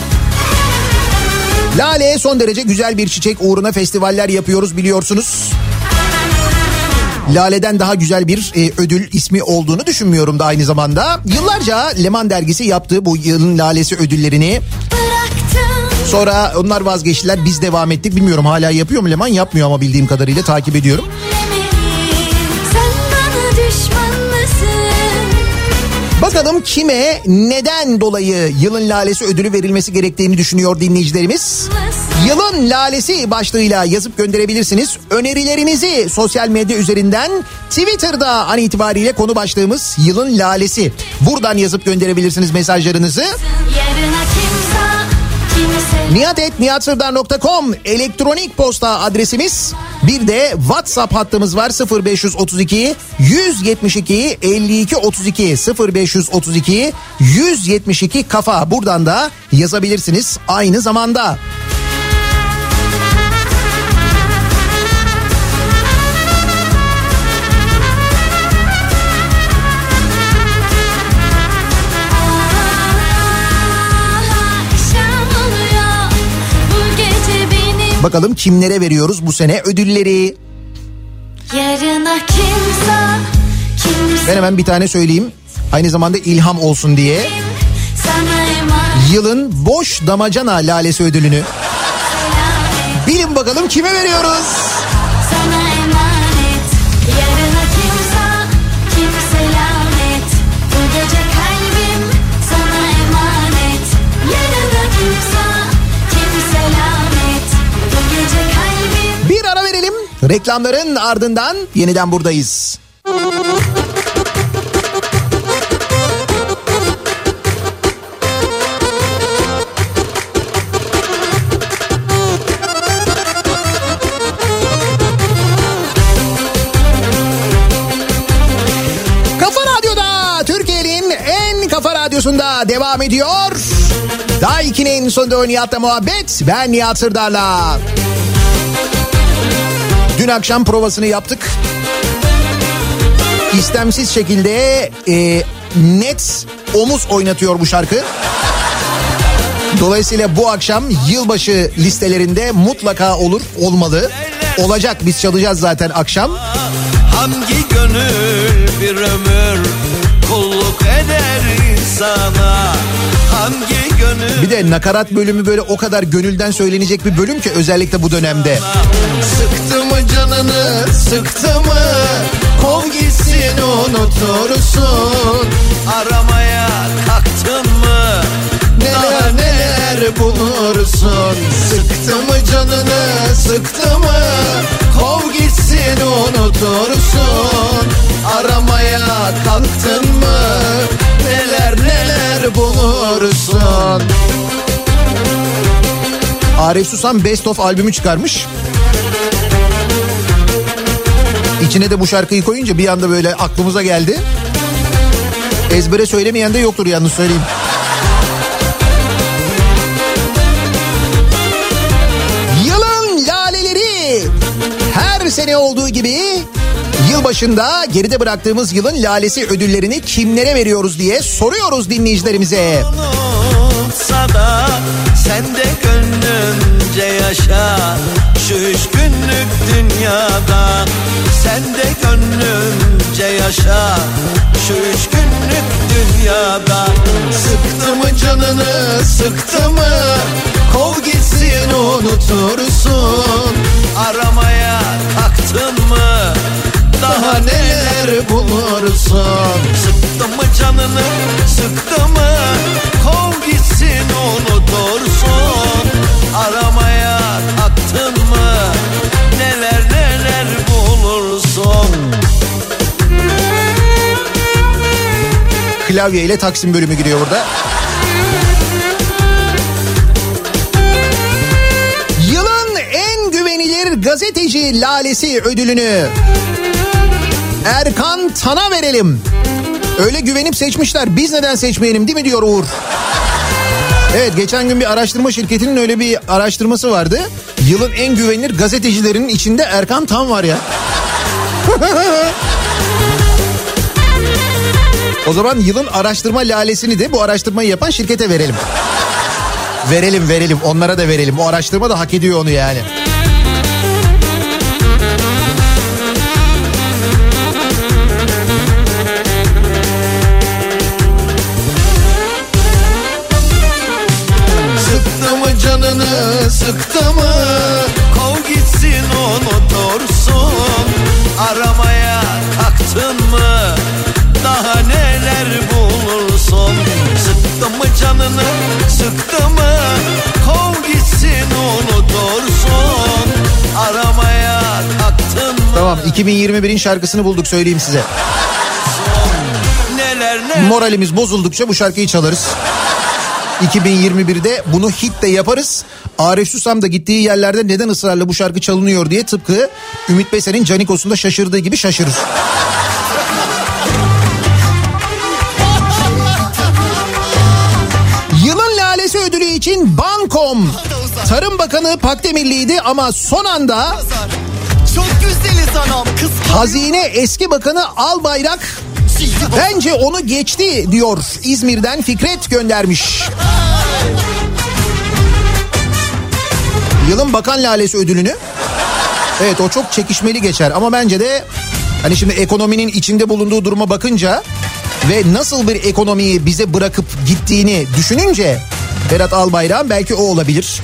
Lale son derece güzel bir çiçek, uğruna festivaller yapıyoruz biliyorsunuz. Lale'den daha güzel bir e, ödül ismi olduğunu düşünmüyorum da aynı zamanda. Yıllarca Leman dergisi yaptı bu yılın lalesi ödüllerini. Bıraktım. Sonra onlar vazgeçtiler, biz devam ettik. Bilmiyorum hala yapıyor mu Leman? Yapmıyor ama bildiğim kadarıyla takip ediyorum. Sen bana düşman mısın? Bakın Bakalım kime neden dolayı yılın lalesi ödülü verilmesi gerektiğini düşünüyor dinleyicilerimiz. Yılın lalesi başlığıyla yazıp gönderebilirsiniz. Önerilerinizi sosyal medya üzerinden Twitter'da an itibariyle konu başlığımız yılın lalesi. Buradan yazıp gönderebilirsiniz mesajlarınızı. Yarına kimse, kimse nihat et nihat sırdar nokta com elektronik posta adresimiz. Bir de WhatsApp hattımız var sıfır beş otuz iki yüz yetmiş iki elli iki otuz iki sıfır beş otuz iki yüz yetmiş iki kafa. Buradan da yazabilirsiniz aynı zamanda. Bakalım kimlere veriyoruz bu sene ödülleri? yarına kimse, kimse Ben hemen bir tane söyleyeyim. Aynı zamanda ilham olsun diye. sana emanet. Yılın boş damacana lalesi ödülünü. Bilin bakalım kime veriyoruz? Sana emanet. Yarına kimse, kimse lanet. Bu gece kalbim sana emanet. Yarına kimse, kimse lanet. Bu gece kalbim. Bir ara verelim. Reklamların ardından yeniden buradayız. Kafa Radyo'da, Türkiye'nin en kafa radyosunda devam ediyor. Daha ikinin sonunda Nihat'la muhabbet. Ben Nihat Sırdar'la. Dün akşam provasını yaptık. İstemsiz şekilde e, net omuz oynatıyor bu şarkı. Dolayısıyla bu akşam yılbaşı listelerinde mutlaka olur, olmalı. Olacak, biz çalacağız zaten akşam. Hangi gönül bir ömür kulluk eder insana? Hangi gönül Bir de nakarat bölümü böyle o kadar gönülden söylenecek bir bölüm ki özellikle bu dönemde. sıktı mı canını, sıktı mı? Kov gitsin unutursun. Aramaya kalktın mı? Neler neler bulursun. Sıktı mı canını, sıktı mı? Kov gitsin unutursun. Aramaya kalktın mı? Neler neler bulursun. Arif Susam Best of albümü çıkarmış. İçine de bu şarkıyı koyunca bir anda böyle aklımıza geldi. Ezbere söylemeyen de yoktur yalnız, söyleyeyim. Yılın laleleri. Her sene olduğu gibi yılbaşında geride bıraktığımız yılın lalesi ödüllerini kimlere veriyoruz diye soruyoruz dinleyicilerimize. Unutsa da sen de gönlünce yaşa şu üç günlük dünyada. Sen de gönlünce yaşa şu üç günlük dünyada. Sıktı mı canını, sıktı mı? Kov gitsin unutursun. Aramaya kalktın mı? Daha neler bulursun. Sıktı mı canını, sıktı mı? Kov gitsin unutursun. Aramaya kalktın mı? Neler neler bulursun. Klavye ile Taksim bölümü giriyor burada. Yılın en güvenilir gazeteci lalesi ödülünü Erkan Tan'a verelim. Öyle güvenip seçmişler, biz neden seçmeyelim değil mi diyor Uğur. Evet, geçen gün bir araştırma şirketinin öyle bir araştırması vardı. Yılın en güvenilir gazetecilerinin içinde Erkan Tan var ya. O zaman yılın araştırma lalesini de bu araştırmayı yapan şirkete verelim. Verelim verelim, onlara da verelim. O araştırma da hak ediyor onu yani. Sıktı mı canını, sıktı mı? Kov gitsin unutursun. Aramaya kalktın mı? Daha neler bulursun. sıktı mı? Kov gitsin unutursun. Aramaya kalktın mı? Tamam, iki bin yirmi birin şarkısını bulduk, söyleyeyim size. Neler neler. Moralimiz bozuldukça bu şarkıyı çalarız. iki bin yirmi birde bunu hit de yaparız. Arif Susam da gittiği yerlerde neden ısrarla bu şarkı çalınıyor diye tıpkı Ümit Besen'in Canikos'unda şaşırdığı gibi şaşırır. Yılın Lalesi ödülü için Bankom. Tarım Bakanı Pakdemirli'ydi ama son anda Çok güzeliz anam kız. Hazine Eski Bakanı Albayrak bence onu geçti diyor. İzmir'den Fikret göndermiş. Yılın Bakan Lalesi ödülünü. Evet, o çok çekişmeli geçer ama bence de hani şimdi ekonominin içinde bulunduğu duruma bakınca ve nasıl bir ekonomiyi bize bırakıp gittiğini düşününce Berat Albayrak'ın belki o olabilir.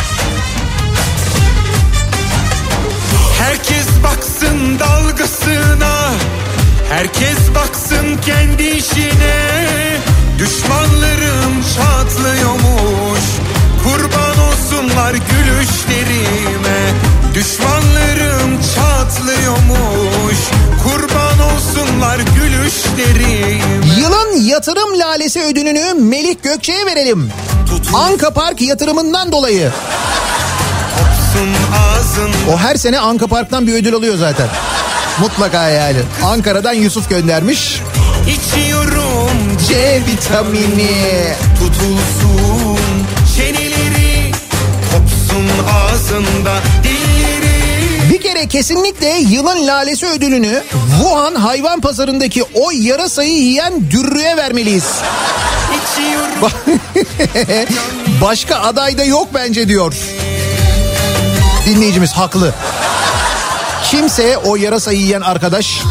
Herkes baksın dalgasına, herkes baksın kendi işine. Düşmanlarım çatlıyormuş, kurban olsunlar gülüşlerime. Düşmanlarım çatlıyormuş, kurban olsunlar gülüşlerime. Yılın Yatırım Lalesi ödülünü Melih Gökçe'ye verelim. Anka Park yatırımından dolayı. O her sene Anka Park'tan bir ödül alıyor zaten. Mutlaka yani. Ankara'dan Yusuf göndermiş. İçiyorum C vitamini. Tutulsun çeneleri, kopsun ağzında dilleri. Bir kere kesinlikle Yılın Lalesi ödülünü Wuhan hayvan pazarındaki o yarasayı yiyen dürrüye vermeliyiz. Başka aday da yok bence diyor. Dinleyicimiz haklı. Kimse o yarasayı yiyen arkadaş.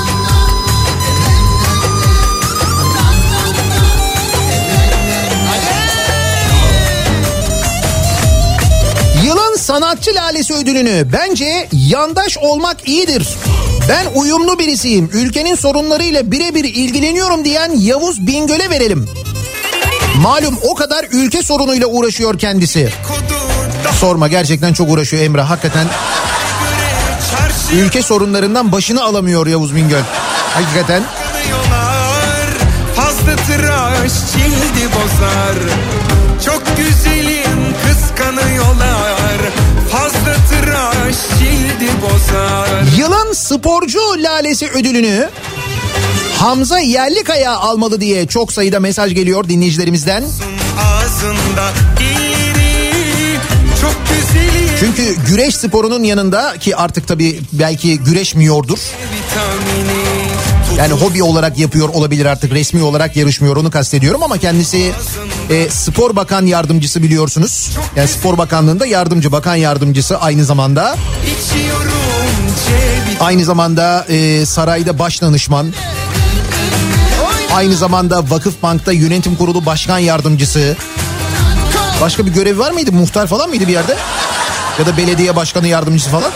Yılın Sanatçı Lalesi ödülünü bence yandaş olmak iyidir. Ben uyumlu birisiyim, ülkenin sorunlarıyla birebir ilgileniyorum diyen Yavuz Bingöl'e verelim. Malum o kadar ülke sorunuyla uğraşıyor kendisi. Sorma, gerçekten çok uğraşıyor Emrah, hakikaten. Ülke sorunlarından başını alamıyor Yavuz Bingöl. Hakikaten. Fazla tıraş cildi bozar. Çok güzelim kıskanıyorlar. Fazla tıraş cildi bozar. Yılın Sporcu Lalesi ödülünü Hamza Yerlikaya almalı diye çok sayıda mesaj geliyor dinleyicilerimizden. Ağzında dilleri çok güzelim. Çünkü güreş sporunun yanında, ki artık tabii belki güreşmiyordur. Yani hobi olarak yapıyor olabilir, artık resmi olarak yarışmıyor, onu kastediyorum, ama kendisi e, Spor Bakan Yardımcısı biliyorsunuz. Yani Spor Bakanlığı'nda yardımcı, bakan yardımcısı aynı zamanda. Aynı zamanda e, sarayda baş danışman. Aynı zamanda Vakıfbank'ta yönetim kurulu başkan yardımcısı. Başka bir görevi var mıydı? Muhtar falan mıydı bir yerde? Ya da belediye başkanı yardımcısı falan.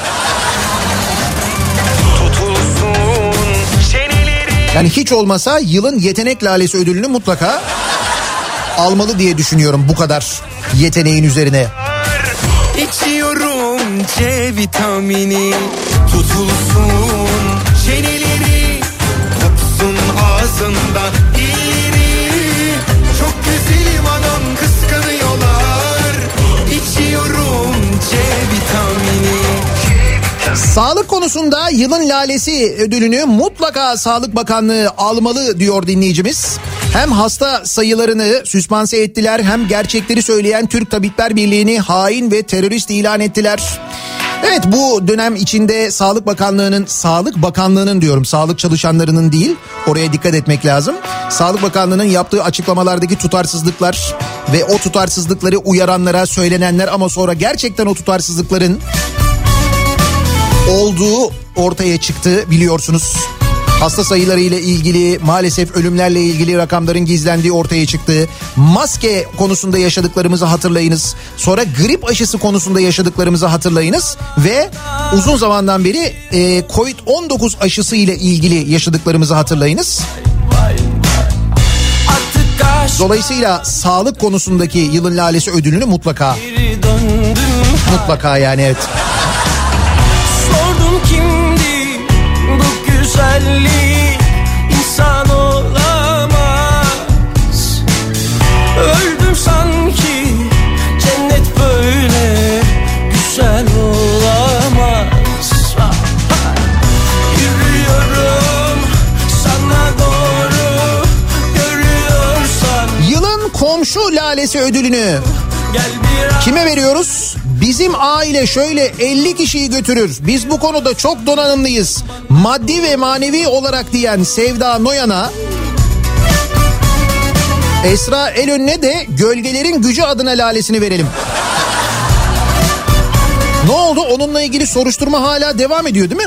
Yani hiç olmasa yılın Yetenek Lalesi ödülünü mutlaka almalı diye düşünüyorum, bu kadar yeteneğin üzerine. İçiyorum C vitamini, tutulsun çeneleri, kopsun ağzında dilleri. Çok güzelim anam kıskanıyorlar. İçiyorum C vitamini. Sağlık konusunda yılın lalesi ödülünü mutlaka Sağlık Bakanlığı almalı diyor dinleyicimiz. Hem hasta sayılarını süspanse ettiler, hem gerçekleri söyleyen Türk Tabipler Birliği'ni hain ve terörist ilan ettiler. Evet, bu dönem içinde Sağlık Bakanlığı'nın, Sağlık Bakanlığı'nın diyorum, sağlık çalışanlarının değil, oraya dikkat etmek lazım. Sağlık Bakanlığı'nın yaptığı açıklamalardaki tutarsızlıklar ve o tutarsızlıkları uyaranlara söylenenler ama sonra gerçekten o tutarsızlıkların olduğu ortaya çıktı biliyorsunuz. Hasta sayıları ile ilgili, maalesef ölümlerle ilgili rakamların gizlendiği ortaya çıktı. Maske konusunda yaşadıklarımızı hatırlayınız. Sonra grip aşısı konusunda yaşadıklarımızı hatırlayınız. Ve uzun zamandan beri e, kovid on dokuz aşısı ile ilgili yaşadıklarımızı hatırlayınız. Artık Dolayısıyla sağlık konusundaki yılın lalesi ödülünü mutlaka. Mutlaka yani, evet. Sordum kimdi bu güzellik, insan olamaz. Öldüm sanki, cennet böyle güzel olamaz. Yürüyorum sana doğru, görüyorsan. Yılın komşu lalesi ödülünü kime veriyoruz? Bizim aile şöyle elli kişiyi götürür. Biz bu konuda çok donanımlıyız. Maddi ve manevi olarak diyen Sevda Noyan'a, Esra Elönü'ne de Gölgelerin Gücü adına lalesini verelim. Ne oldu? Onunla ilgili soruşturma hala devam ediyor değil mi?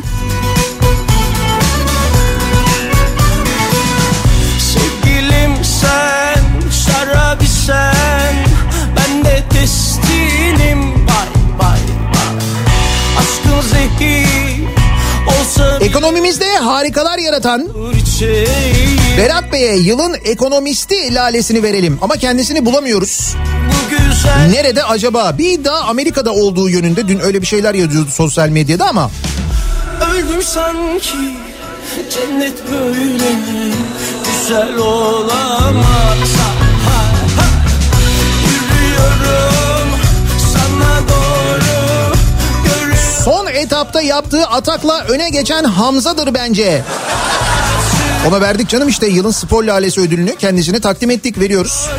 Sevgilim sen, şarabi sen, ben de testinim. Bay bay bay. Aşkın zehir olsa. Ekonomimizde harikalar yaratan Berat Bey'e yılın ekonomisti lalesini verelim. Ama kendisini bulamıyoruz. Nerede acaba? Bir iddia Amerika'da olduğu yönünde. Dün öyle bir şeyler yazıyordu sosyal medyada ama. Öldüm sanki, cennet böyle güzel olamaz. Ha, ha. Yürüyorum sana doğru, görüyorum. Son etapta yaptığı atakla öne geçen Hamza'dır bence. Ona verdik canım işte yılın spor lalesi ödülünü kendisine takdim ettik, veriyoruz.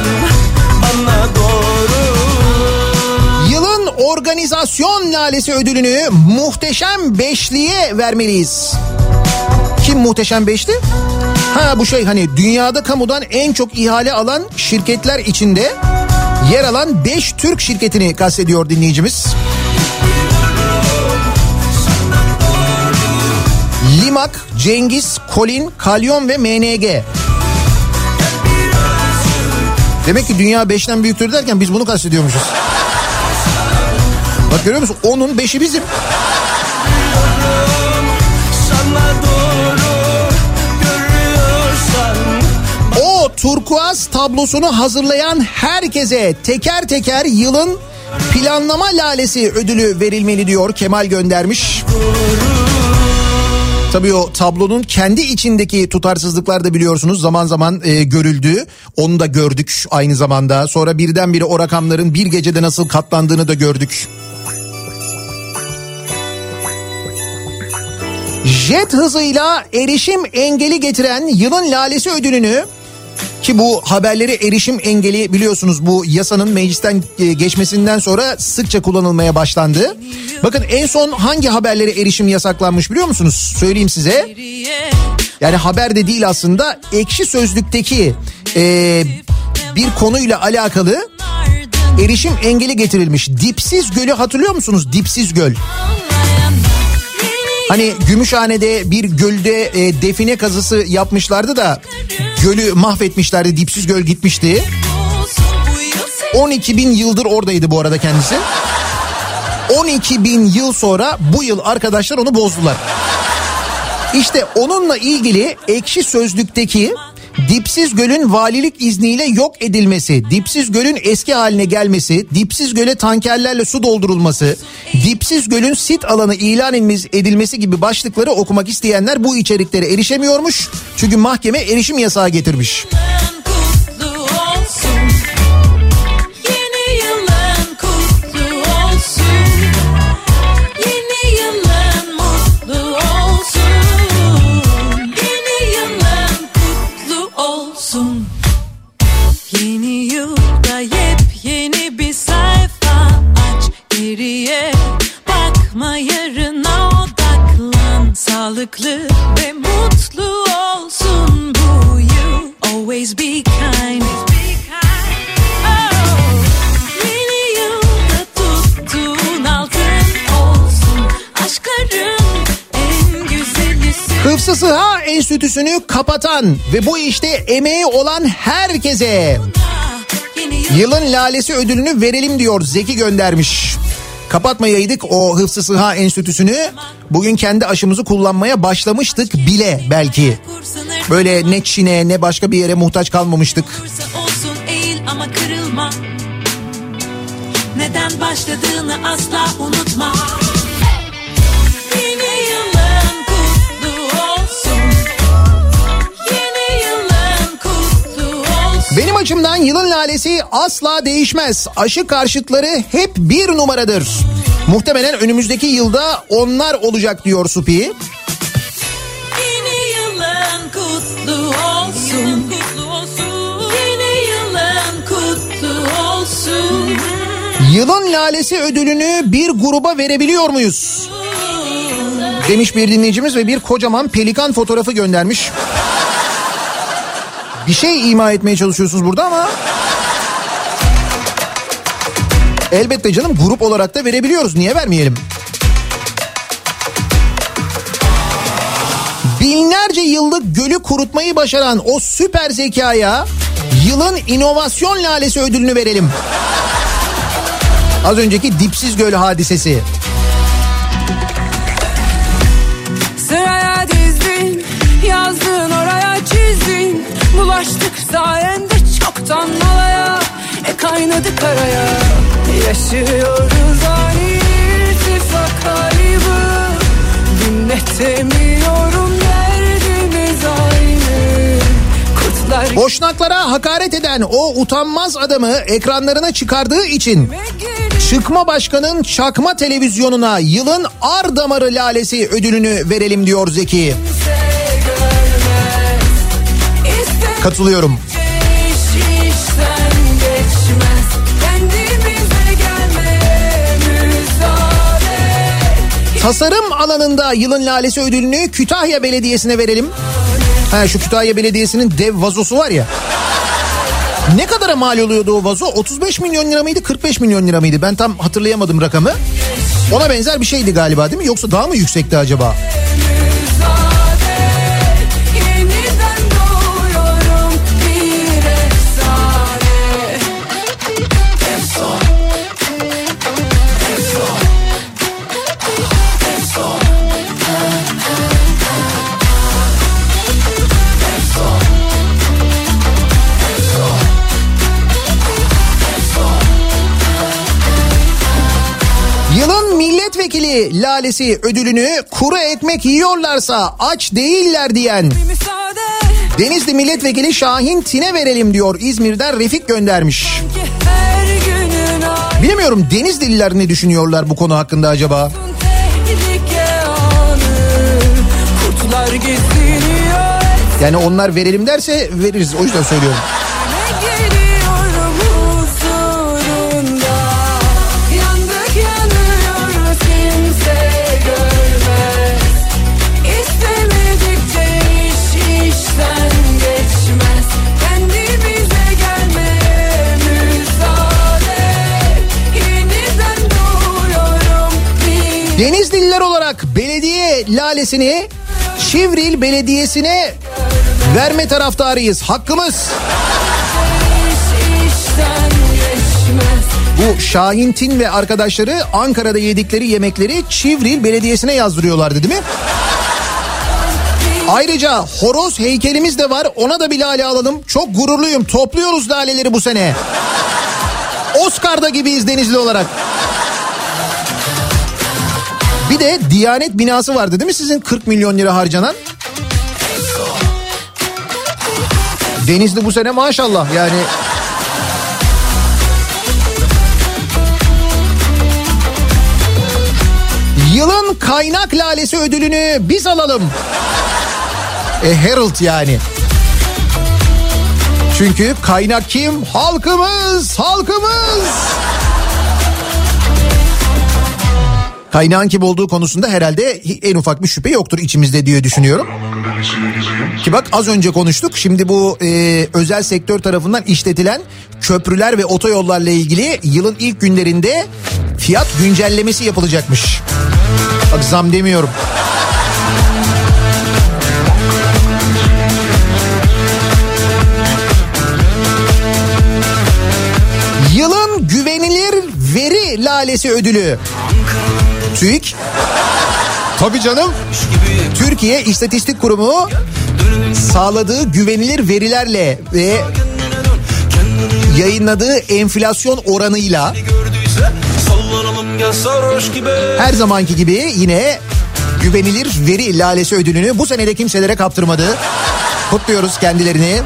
Yılın organizasyon lalesi ödülünü Muhteşem Beşli'ye vermeliyiz. Kim Muhteşem Beşli? Ha bu şey hani dünyada kamudan en çok ihale alan şirketler içinde yer alan beş Türk şirketini kastediyor dinleyicimiz. Limak, Cengiz, Kolin, Kalyon ve M N G. Demek ki dünya beşten büyüktür derken biz bunu kastediyormuşuz. Bak görüyor musun? Onun beşi bizim. O turkuaz tablosunu hazırlayan herkese teker teker yılın planlama lalesi ödülü verilmeli diyor, Kemal göndermiş. Tabii o tablonun kendi içindeki tutarsızlıklar da biliyorsunuz zaman zaman e, görüldü. Onu da gördük aynı zamanda. Sonra birdenbire o rakamların bir gecede nasıl katlandığını da gördük. Jet hızıyla erişim engeli getiren yılın lalesi ödülünü, ki bu haberleri erişim engeli biliyorsunuz bu yasanın meclisten geçmesinden sonra sıkça kullanılmaya başlandı. Bakın en son hangi haberlere erişim yasaklanmış biliyor musunuz? Söyleyeyim size. Yani haber de değil aslında, Ekşi Sözlük'teki e, bir konuyla alakalı erişim engeli getirilmiş. Dipsiz Göl'ü hatırlıyor musunuz? Dipsiz Göl. Hani Gümüşhane'de bir gölde e, define kazısı yapmışlardı da gölü mahvetmişlerdi. Dipsiz Göl gitmişti. on iki bin yıldır oradaydı bu arada kendisi. on iki bin yıl sonra bu yıl arkadaşlar onu bozdular. İşte onunla ilgili Ekşi Sözlük'teki Dipsiz Göl'ün valilik izniyle yok edilmesi, Dipsiz Göl'ün eski haline gelmesi, Dipsiz Göl'e tankerlerle su doldurulması, Dipsiz Göl'ün sit alanı ilan edilmesi gibi başlıkları okumak isteyenler bu içeriklere erişemiyormuş. Çünkü mahkeme erişim yasağı getirmiş. Sağlıklı ve mutlu olsun bu yıl. Always be kind. Oh. Yeni yılda tuttuğun altın olsun. Aşkların en güzelisi. Hıfzı Sıha Enstitüsü'nü kapatan ve bu işte emeği olan herkese yılın lalesi ödülünü verelim diyor, Zeki göndermiş. Kapatmayaydık o Hıfzı Sıha Enstitüsü'nü, bugün kendi aşımızı kullanmaya başlamıştık bile belki. Böyle ne Çin'e ne başka bir yere muhtaç kalmamıştık. ama kırılma. Neden başladığını asla unutma. Yeni yılın kutlu olsun. Yeni yılın kutlu olsun. Benim açımdan yılın lalesi asla değişmez. Aşı karşıtları hep bir numaradır. Muhtemelen önümüzdeki yılda onlar olacak diyor Supi. Yeni yılın kutlu olsun. Kutlu olsun. Yeni yılın kutlu olsun. Yılın lalesi ödülünü bir gruba verebiliyor muyuz? Demiş bir dinleyicimiz ve bir kocaman pelikan fotoğrafı göndermiş. Bir şey ima etmeye çalışıyorsunuz burada ama... Elbette canım, grup olarak da verebiliyoruz. Niye vermeyelim? Binlerce yıllık gölü kurutmayı başaran o süper zekaya yılın inovasyon lalesi ödülünü verelim. Az önceki dipsiz göl hadisesi. Sıraya dizdin, yazdın oraya çizdin. Bulaştık sayende çoktan malaya. E kaynadı karaya. Yaşıyoruz ani irtifak kaybı. Dinletemiyorum, derdimiz aynı. Kutlar... Boşnaklara hakaret eden o utanmaz adamı ekranlarına çıkardığı için Çıkma Başkan'ın çakma televizyonuna yılın ar damarı lalesi ödülünü verelim diyor Zeki. Katılıyorum. Tasarım alanında yılın lalesi ödülünü Kütahya Belediyesi'ne verelim. Ha, şu Kütahya Belediyesi'nin dev vazosu var ya. Ne kadara mal oluyordu o vazo? otuz beş milyon lira mıydı, kırk beş milyon lira mıydı? Ben tam hatırlayamadım rakamı. Ona benzer bir şeydi galiba, değil mi? Yoksa daha mı yüksekti acaba? Yılın milletvekili lalesi ödülünü kuru ekmek yiyorlarsa aç değiller diyen Denizli milletvekili Şahin Tin'e verelim diyor. İzmir'den Refik göndermiş. Bilmiyorum, Denizliler ne düşünüyorlar bu konu hakkında acaba? Yani onlar verelim derse veririz, o yüzden söylüyorum. Denizliler olarak belediye lalesini Şivril Belediyesi'ne verme taraftarıyız. Hakkımız. Bu Şahin Tin ve arkadaşları Ankara'da yedikleri yemekleri Şivril Belediyesi'ne yazdırıyorlardı, değil mi? Ayrıca horoz heykelimiz de var. Ona da bir lale alalım. Çok gururluyum. Topluyoruz laleleri bu sene. Oscar'da gibiyiz Denizli olarak. Bir de Diyanet binası vardı, değil mi sizin kırk milyon lira harcanan? Denizli bu sene maşallah yani. Yılın kaynak lalesi ödülünü biz alalım. E Herald yani. Çünkü kaynak kim? Halkımız, halkımız. Kaynağın kim olduğu konusunda herhalde en ufak bir şüphe yoktur içimizde diye düşünüyorum. Ki bak az önce konuştuk. Şimdi bu e, özel sektör tarafından işletilen köprüler ve otoyollarla ilgili yılın ilk günlerinde fiyat güncellemesi yapılacakmış. Bak zam demiyorum. Yılın güvenilir veri lalesi ödülü. TÜİK. Tabii canım. Türkiye İstatistik Kurumu sağladığı güvenilir verilerle ve yayınladığı enflasyon oranıyla her zamanki gibi yine güvenilir veri lalesi ödülünü bu sene de kimselere kaptırmadı. Kutluyoruz kendilerini.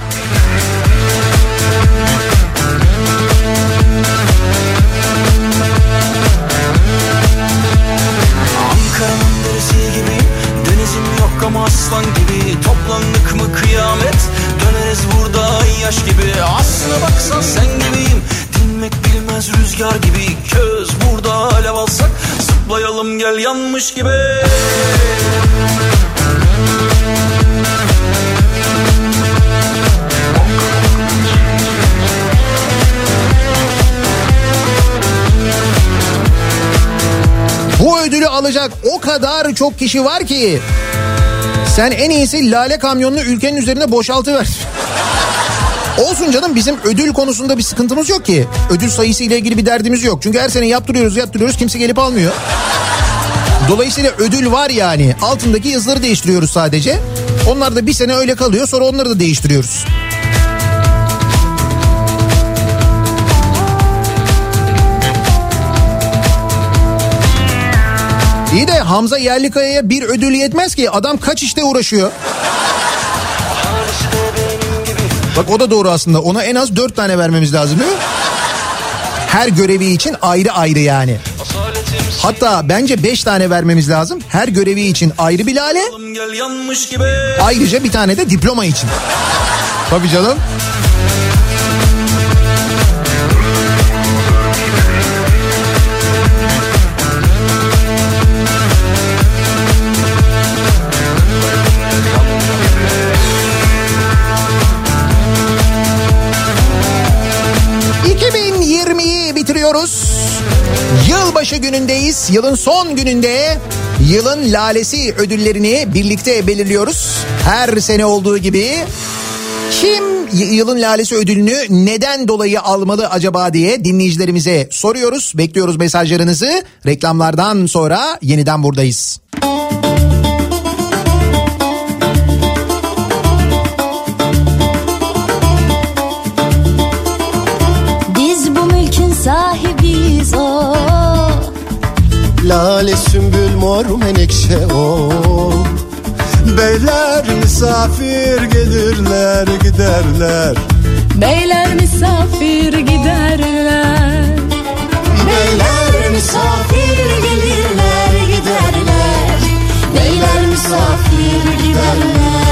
Ankara'nın derisi gibi, denizim yok ama aslan gibi. Toplandık mı kıyamet, döneriz burada yaş gibi. Aslına baksan sen gibiyim, dinmek bilmez rüzgar gibi. Köz burada alev alsak, zıplayalım gel yanmış gibi. Bu ödülü alacak o kadar çok kişi var ki sen en iyisi lale kamyonunu ülkenin üzerine boşaltıver. Olsun canım, bizim ödül konusunda bir sıkıntımız yok ki. Ödül sayısı ile ilgili bir derdimiz yok. Çünkü her sene yaptırıyoruz yaptırıyoruz kimse gelip almıyor. Dolayısıyla ödül var yani. Altındaki yazıları değiştiriyoruz sadece. Onlar da bir sene öyle kalıyor, sonra onları da değiştiriyoruz. İyi de Hamza Yerlikaya'ya bir ödül yetmez ki, adam kaç işte uğraşıyor. Bak o da doğru aslında, ona en az dört tane vermemiz lazım değil mi? Her görevi için ayrı ayrı yani. Hatta bence beş tane vermemiz lazım. Her görevi için ayrı bir lale. Ayrıca bir tane de diploma için. Tabii canım. iki bin yirmiyi bitiriyoruz. Yılbaşı günündeyiz. Yılın son gününde yılın lalesi ödüllerini birlikte belirliyoruz. Her sene olduğu gibi kim yılın lalesi ödülünü neden dolayı almalı acaba diye dinleyicilerimize soruyoruz. Bekliyoruz mesajlarınızı. Reklamlardan sonra yeniden buradayız. Sahibiyiz o. Lale, sümbül, mor, menekşe o. Beyler misafir gelirler giderler. Beyler misafir giderler. Beyler misafir gelirler giderler. Beyler misafir giderler.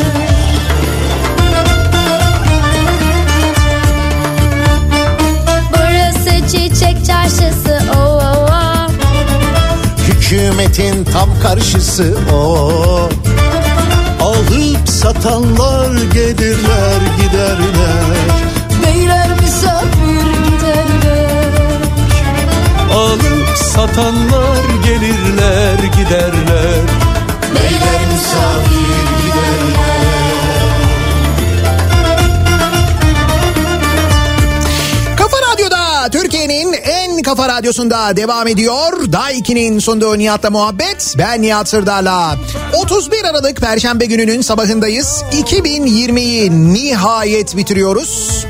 Çiçek çarşısı o oh, oh, oh. Hükümetin tam karşısı o. Alıp satanlar gelirler giderler. Beyler misafir giderler. Alıp satanlar gelirler giderler. Beyler misafir giderler. Türkiye'nin en kafa radyosunda devam ediyor. Day iki'nin sunduğu Nihat'la muhabbet. Ben Nihat Sırdar'la. otuz bir Aralık Perşembe gününün sabahındayız. iki bin yirmiyi nihayet bitiriyoruz.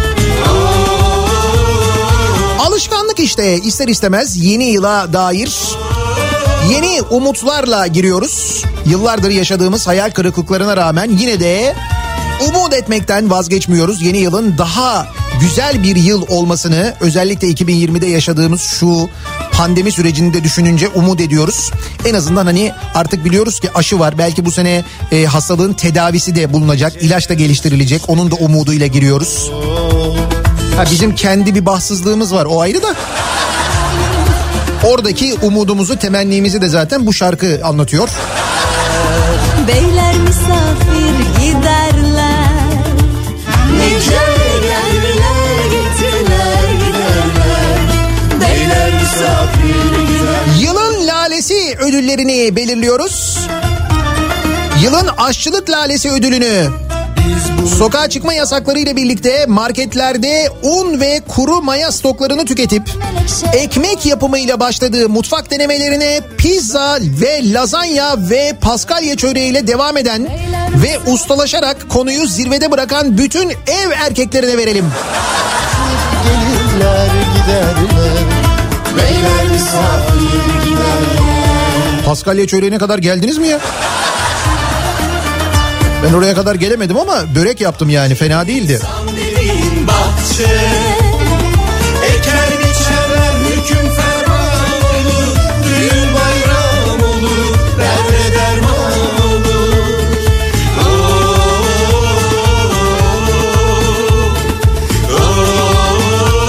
Alışkanlık işte, ister istemez yeni yıla dair yeni umutlarla giriyoruz. Yıllardır yaşadığımız hayal kırıklıklarına rağmen yine de umut etmekten vazgeçmiyoruz. Yeni yılın daha güzel bir yıl olmasını, özellikle iki bin yirmide yaşadığımız şu pandemi sürecini de düşününce umut ediyoruz. En azından hani artık biliyoruz ki aşı var. Belki bu sene e, hastalığın tedavisi de bulunacak, ilaç da geliştirilecek. Onun da umuduyla giriyoruz. Ha, bizim kendi bir bahtsızlığımız var, o ayrı da. Oradaki umudumuzu, temennimizi de zaten bu şarkı anlatıyor. Beyler misafir giderler. Nice gelirler getirler giderler. Beyler misafir giderler. Yılın lalesi ödüllerini belirliyoruz. Yılın aşçılık lalesi ödülünü sokağa çıkma yasakları ile birlikte marketlerde un ve kuru maya stoklarını tüketip ekmek yapımıyla başladığı mutfak denemelerine pizza ve lazanya ve paskalya çöreğiyle devam eden Ve ustalaşarak konuyu zirvede bırakan bütün ev erkeklerine verelim. Gelirler giderler, beyler misafir giderler. Paskalya çöreğine kadar geldiniz mi ya? Ben oraya kadar gelemedim ama börek yaptım yani, fena değildi. Bahçe, eker biçerler, hüküm ferman olur, düğün bayram olur, derde derman olur. Oh, oh, oh,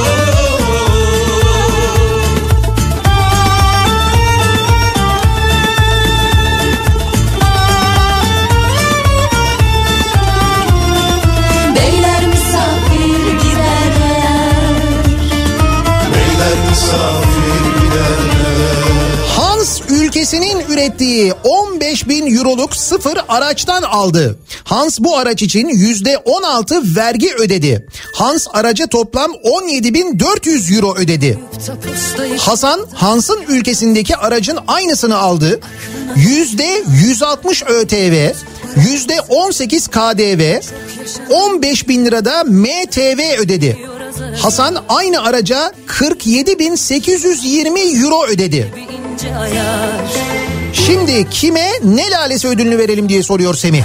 Beyler misafir giderler. Beyler misafir giderler. Hans ülkesinin ürettiği on beş bin euroluk sıfır araçtan aldı. Hans bu araç için yüzde on altı vergi ödedi. Hans araca toplam on yedi bin dört yüz euro ödedi. Hasan, Hans'ın ülkesindeki aracın aynısını aldı. yüzde yüz altmış ÖTV, yüzde on sekiz K D V, on beş bin lirada M T V ödedi. Hasan aynı araca kırk yedi bin sekiz yüz yirmi euro ödedi. Şimdi kime ne lalesi ödülünü verelim diye soruyor Semih.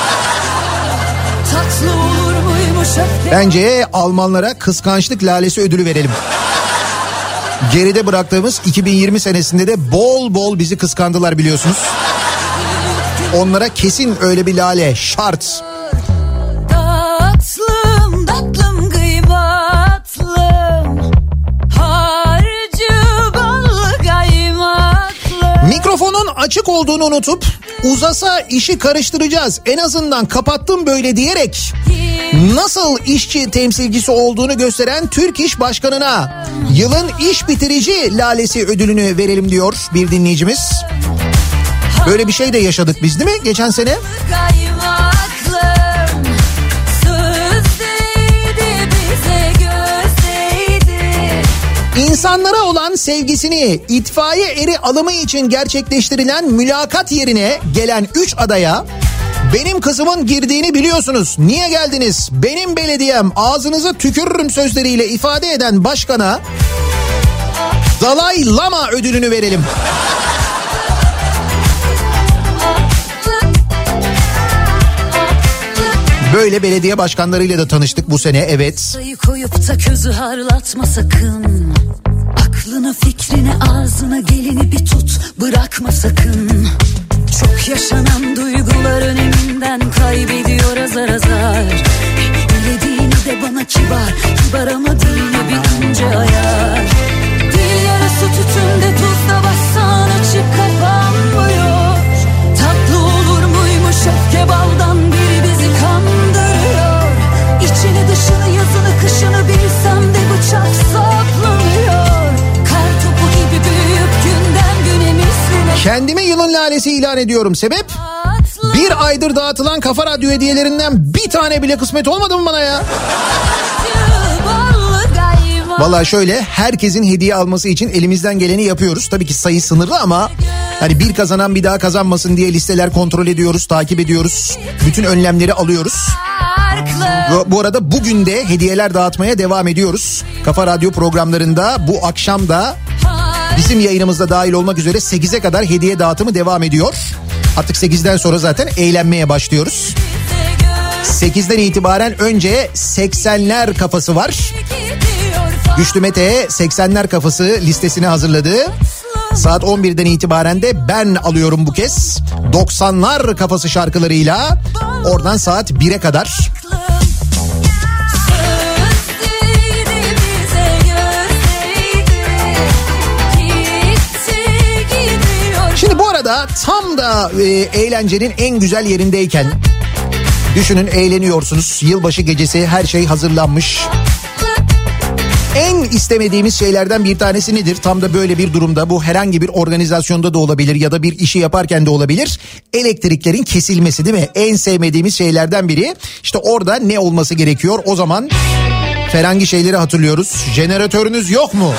Tatlı olur muymuş öfke? Bence Almanlara kıskançlık lalesi ödülü verelim. Geride bıraktığımız iki bin yirmi senesinde de bol bol bizi kıskandılar biliyorsunuz. Onlara kesin öyle bir lale şart. Tatlım tatlım kıymatlım, harcı ballı kaymaklım. Mikrofonun açık olduğunu unutup uzasa işi karıştıracağız, en azından kapattım böyle diyerek nasıl işçi temsilcisi olduğunu gösteren Türk İş Başkanı'na yılın iş bitirici lalesi ödülünü verelim diyor bir dinleyicimiz. Böyle bir şey de yaşadık biz değil mi geçen sene? Kaymaklım, sözdeydi bize gözdeydi. İnsanlara olan sevgisini itfaiye eri alımı için gerçekleştirilen mülakat yerine gelen üç adaya benim kızımın girdiğini biliyorsunuz, niye geldiniz, benim belediyem, ağzınıza tükürürüm sözleriyle ifade eden başkana Dalai Lama ödülünü verelim. Böyle belediye başkanlarıyla da tanıştık bu sene, evet. Sayı koyup da közü harlatma sakın. Aklını fikrini ağzına geleni bir tut, bırakma sakın. Çok yaşanan duygular öneminden kaybediyor azar azar. Dilediğini de bana kibar, kibar ama dilini bir ince ayar. Dil yarası tütünde tuzda bassan açık kapanmıyor. Tatlı olur muymuş öfke baldan biri bizi kandırıyor. İçini dışını yazını kışını bilsem de bıçak saplanıyor. Kar topu gibi büyüyüp günden güne misline. Kendime yılın lalesi ilan ediyorum. Sebep? Bir aydır dağıtılan Kafa Radyo hediyelerinden bir tane bile kısmet olmadı mı bana ya? Vallahi şöyle, herkesin hediye alması için elimizden geleni yapıyoruz. Tabii ki sayı sınırlı ama hani bir kazanan bir daha kazanmasın diye listeler kontrol ediyoruz, takip ediyoruz. Bütün önlemleri alıyoruz. Bu, bu arada bugün de hediyeler dağıtmaya devam ediyoruz. Kafa Radyo programlarında bu akşam da bizim yayınımızda dahil olmak üzere sekize kadar hediye dağıtımı devam ediyor. Artık sekizden sonra zaten eğlenmeye başlıyoruz. sekizden itibaren önce seksenler kafası var. Güçlü Mete seksenler kafası listesini hazırladı. Saat on birden itibaren de ben alıyorum bu kez. doksanlar kafası şarkılarıyla oradan saat bire kadar. Şimdi bu arada tam da e, eğlencenin en güzel yerindeyken, düşünün, eğleniyorsunuz. Yılbaşı gecesi, her şey hazırlanmış. En istemediğimiz şeylerden bir tanesi nedir? Tam da böyle bir durumda, bu herhangi bir organizasyonda da olabilir ya da bir işi yaparken de olabilir. Elektriklerin kesilmesi, değil mi? En sevmediğimiz şeylerden biri. İşte orada ne olması gerekiyor? O zaman herhangi şeyleri hatırlıyoruz. Jeneratörünüz yok mu?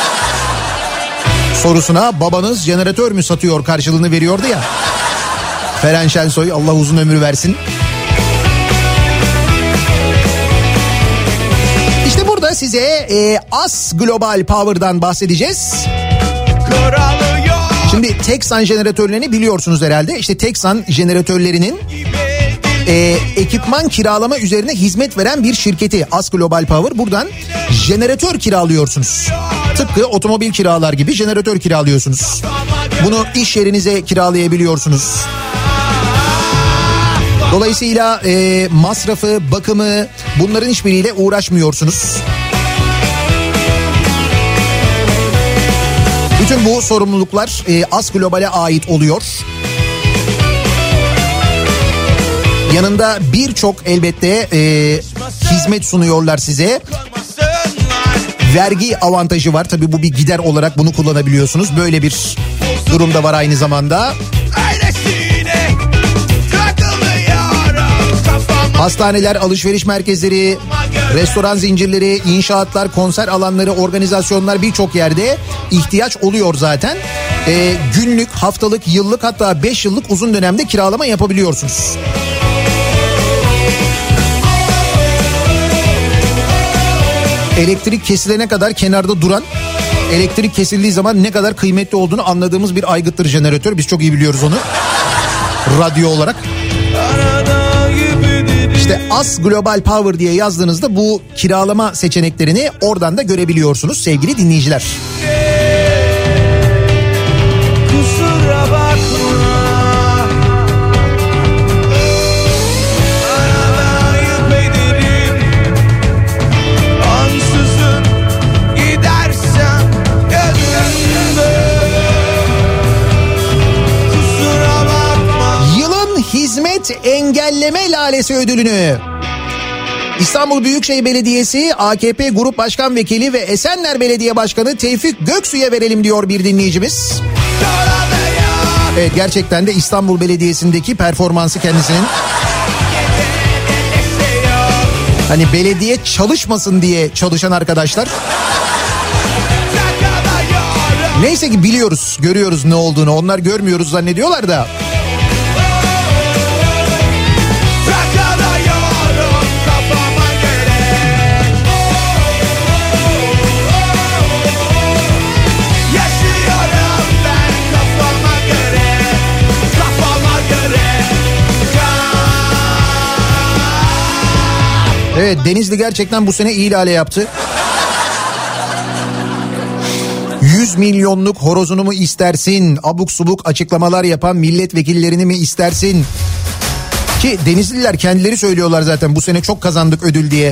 Sorusuna babanız jeneratör mü satıyor karşılığını veriyordu ya. Ferhan Şensoy, Allah uzun ömür versin. Burada size e, As Global Power'dan bahsedeceğiz. Şimdi Teksan jeneratörlerini biliyorsunuz herhalde. İşte Teksan jeneratörlerinin e, ekipman kiralama üzerine hizmet veren bir şirketi As Global Power. Buradan jeneratör kiralıyorsunuz. Tıpkı otomobil kiralar gibi jeneratör kiralıyorsunuz. Bunu iş yerinize kiralayabiliyorsunuz. Dolayısıyla e, masrafı, bakımı bunların hiçbiriyle uğraşmıyorsunuz. Bütün bu sorumluluklar e, As Global'e ait oluyor. Yanında birçok elbette e, hizmet sunuyorlar size. Vergi avantajı var. Tabii bu bir gider olarak bunu kullanabiliyorsunuz. Böyle bir durum da var aynı zamanda. Hastaneler, alışveriş merkezleri, restoran zincirleri, inşaatlar, konser alanları, organizasyonlar birçok yerde ihtiyaç oluyor zaten. Ee, günlük, haftalık, yıllık hatta beş yıllık uzun dönemde kiralama yapabiliyorsunuz. Elektrik kesilene kadar kenarda duran, elektrik kesildiği zaman ne kadar kıymetli olduğunu anladığımız bir aygıttır jeneratör. Biz çok iyi biliyoruz onu. Radyo olarak. İşte As Global Power diye yazdığınızda bu kiralama seçeneklerini oradan da görebiliyorsunuz sevgili dinleyiciler. Kusura bakma. Arada ederim. Ansızın gidersen gözümde. Kusura bakma. Yılın hizmet engelleme lalesi ödülünü İstanbul Büyükşehir Belediyesi A K P Grup Başkan Vekili ve Esenler Belediye Başkanı Tevfik Göksu'ya verelim diyor bir dinleyicimiz. Evet, gerçekten de İstanbul Belediyesi'ndeki performansı kendisinin. Hani belediye çalışmasın diye çalışan arkadaşlar. Neyse ki biliyoruz, görüyoruz ne olduğunu. Onlar görmüyoruz zannediyorlar da. Evet, Denizli gerçekten bu sene iyi lale yaptı. yüz milyonluk horozunu mu istersin? Abuk subuk açıklamalar yapan milletvekillerini mi istersin? Ki Denizliler kendileri söylüyorlar zaten bu sene çok kazandık ödül diye.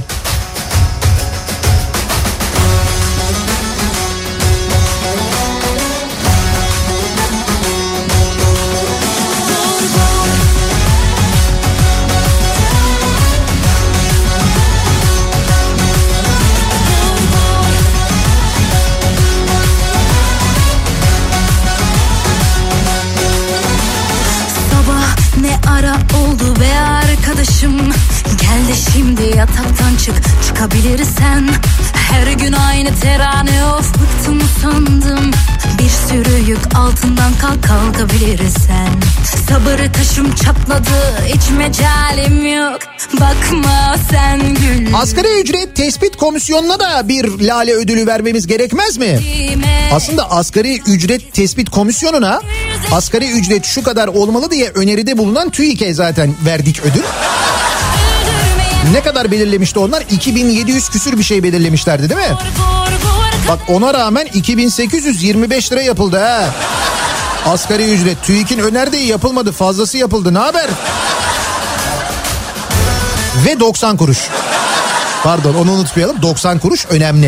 Gel de şimdi yataktan çık, çıkabilirsen. Her gün aynı terane, of bıktım sandım. Bir sürü yük altından kalk, kalkabilirsen. Sabır taşım çatladı, hiç mecalim yok. Bakma sen gül. Asgari ücret tespit komisyonuna da bir lale ödülü vermemiz gerekmez mi? Aslında asgari ücret tespit komisyonuna asgari ücret şu kadar olmalı diye öneride bulunan TÜİK'e zaten verdik ödül. Ne kadar belirlemişti onlar? iki bin yedi yüz küsür bir şey belirlemişlerdi değil mi? Bak ona rağmen iki bin sekiz yüz yirmi beş lira yapıldı ha. Asgari ücret. TÜİK'in önerdiği yapılmadı, fazlası yapıldı. Ne haber? Ve doksan kuruş. Pardon, onu unutmayalım. doksan kuruş önemli.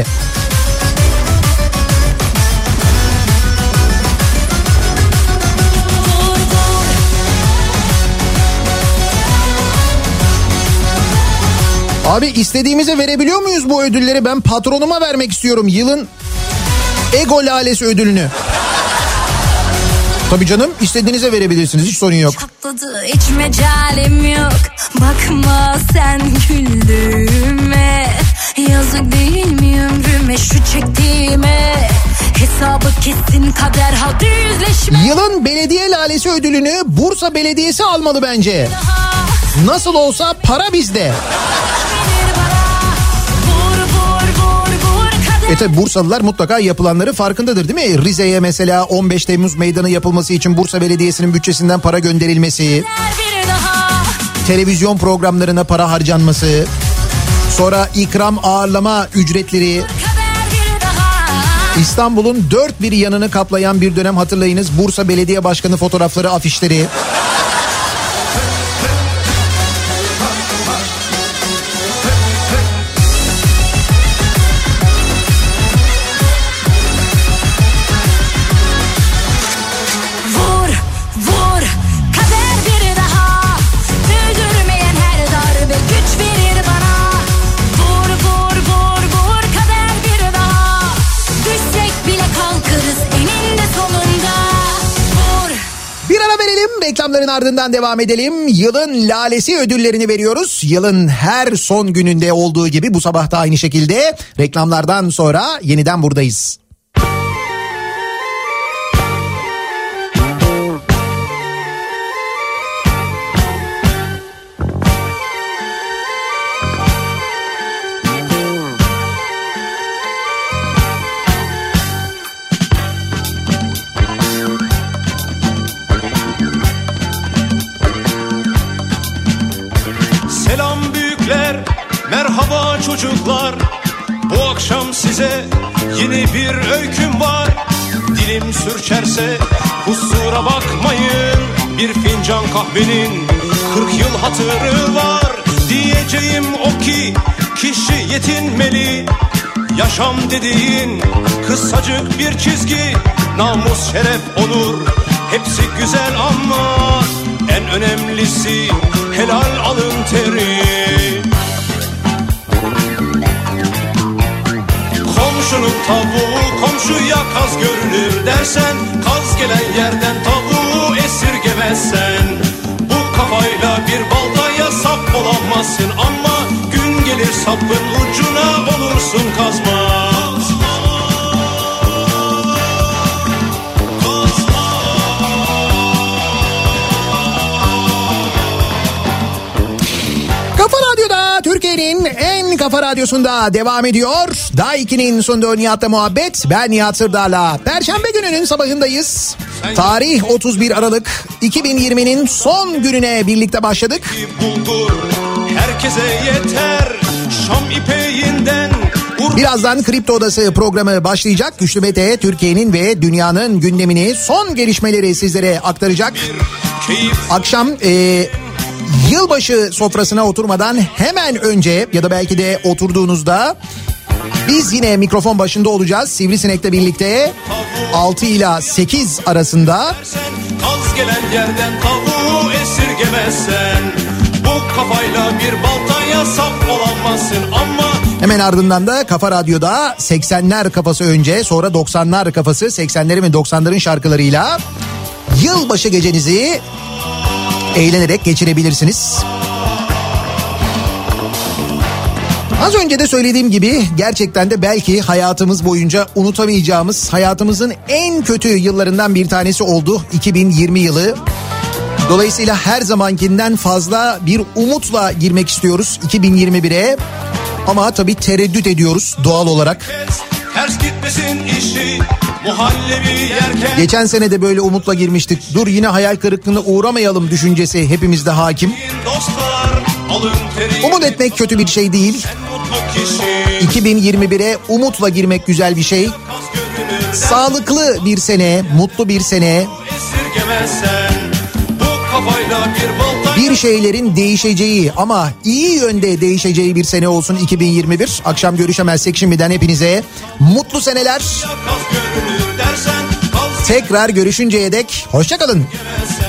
Abi istediğimize verebiliyor muyuz bu ödülleri? Ben patronuma vermek istiyorum yılın ego lalesi ödülünü. Tabii canım, istediğinize verebilirsiniz, hiç sorun yok. Çatladı, hiç mecalim yok. Bakma sen güldüğüme. Yazık değil mi ömrüme, şu çektiğime. Hesabı kesin kader, hadi yüzleşme. Yılın belediye lalesi ödülünü Bursa Belediyesi almalı bence. Nasıl olsa para bizde. Vur vur vur. E tabi Bursalılar mutlaka yapılanları farkındadır değil mi? Rize'ye mesela on beş Temmuz meydanı yapılması için Bursa Belediyesi'nin bütçesinden para gönderilmesi, televizyon programlarına para harcanması, sonra ikram ağırlama ücretleri, İstanbul'un dört bir yanını kaplayan bir dönem hatırlayınız Bursa Belediye Başkanı fotoğrafları, afişleri. Reklamların ardından devam edelim. Yılın lalesi ödüllerini veriyoruz. Yılın her son gününde olduğu gibi bu sabah da aynı şekilde reklamlardan sonra yeniden buradayız. Çocuklar, bu akşam size yeni bir öyküm var. Dilim sürçerse kusura bakmayın. Bir fincan kahvenin kırk yıl hatırı var. Diyeceğim o ki kişi yetinmeli. Yaşam dediğin kısacık bir çizgi. Namus, şeref, onur hepsi güzel ama en önemlisi helal alın teri. Komşunun tavuğu komşuya kaz görünür dersen, kaz gelen yerden tavuğu esirgemezsen, bu kafayla bir baltaya sap olamazsın ama gün gelir sapın ucuna olursun kazma. Kafa Radyo'da, Türkiye'nin en kafa radyosunda devam ediyor. Daha ikinin sonunda Nihat'la muhabbet. Ben Nihat Sırdar'la. Perşembe gününün sabahındayız. Tarih otuz bir Aralık iki bin yirminin son gününe birlikte başladık. Bulgur, herkese yeter Şam ipeğinden. Birazdan Kripto Odası programı başlayacak. Güçlü Mete Türkiye'nin ve dünyanın gündemini, son gelişmeleri sizlere aktaracak. Akşam e, yılbaşı sofrasına oturmadan hemen önce ya da belki de oturduğunuzda biz yine mikrofon başında olacağız. Sivrisinek'le birlikte altı ila sekiz arasında. Kaz gelen yerden tavuğu esirgemezsen, bu kafayla bir baltaya sap olamazsın ama... Hemen ardından da Kafa Radyo'da seksenler kafası önce, sonra doksanlar kafası, seksenlerin ve doksanların şarkılarıyla yılbaşı gecenizi eğlenerek geçirebilirsiniz. Az önce de söylediğim gibi gerçekten de belki hayatımız boyunca unutamayacağımız, hayatımızın en kötü yıllarından bir tanesi oldu iki bin yirmi yılı. Dolayısıyla her zamankinden fazla bir umutla girmek istiyoruz iki bin yirmi bire. Ama tabii tereddüt ediyoruz doğal olarak. Ters gitmesin işi, muhallebi yerken. Geçen sene de böyle umutla girmiştik. Dur yine hayal kırıklığına uğramayalım düşüncesi hepimizde hakim. Dostlar, alın teri. Umut etmek kötü bir şey değil. iki bin yirmi bire umutla girmek güzel bir şey. Sağlıklı bir sene, mutlu bir sene. Bir şeylerin değişeceği ama iyi yönde değişeceği bir sene olsun iki bin yirmi bir. Akşam görüşemezsek şimdiden hepinize mutlu seneler. Tekrar görüşünceye dek hoşça kalın.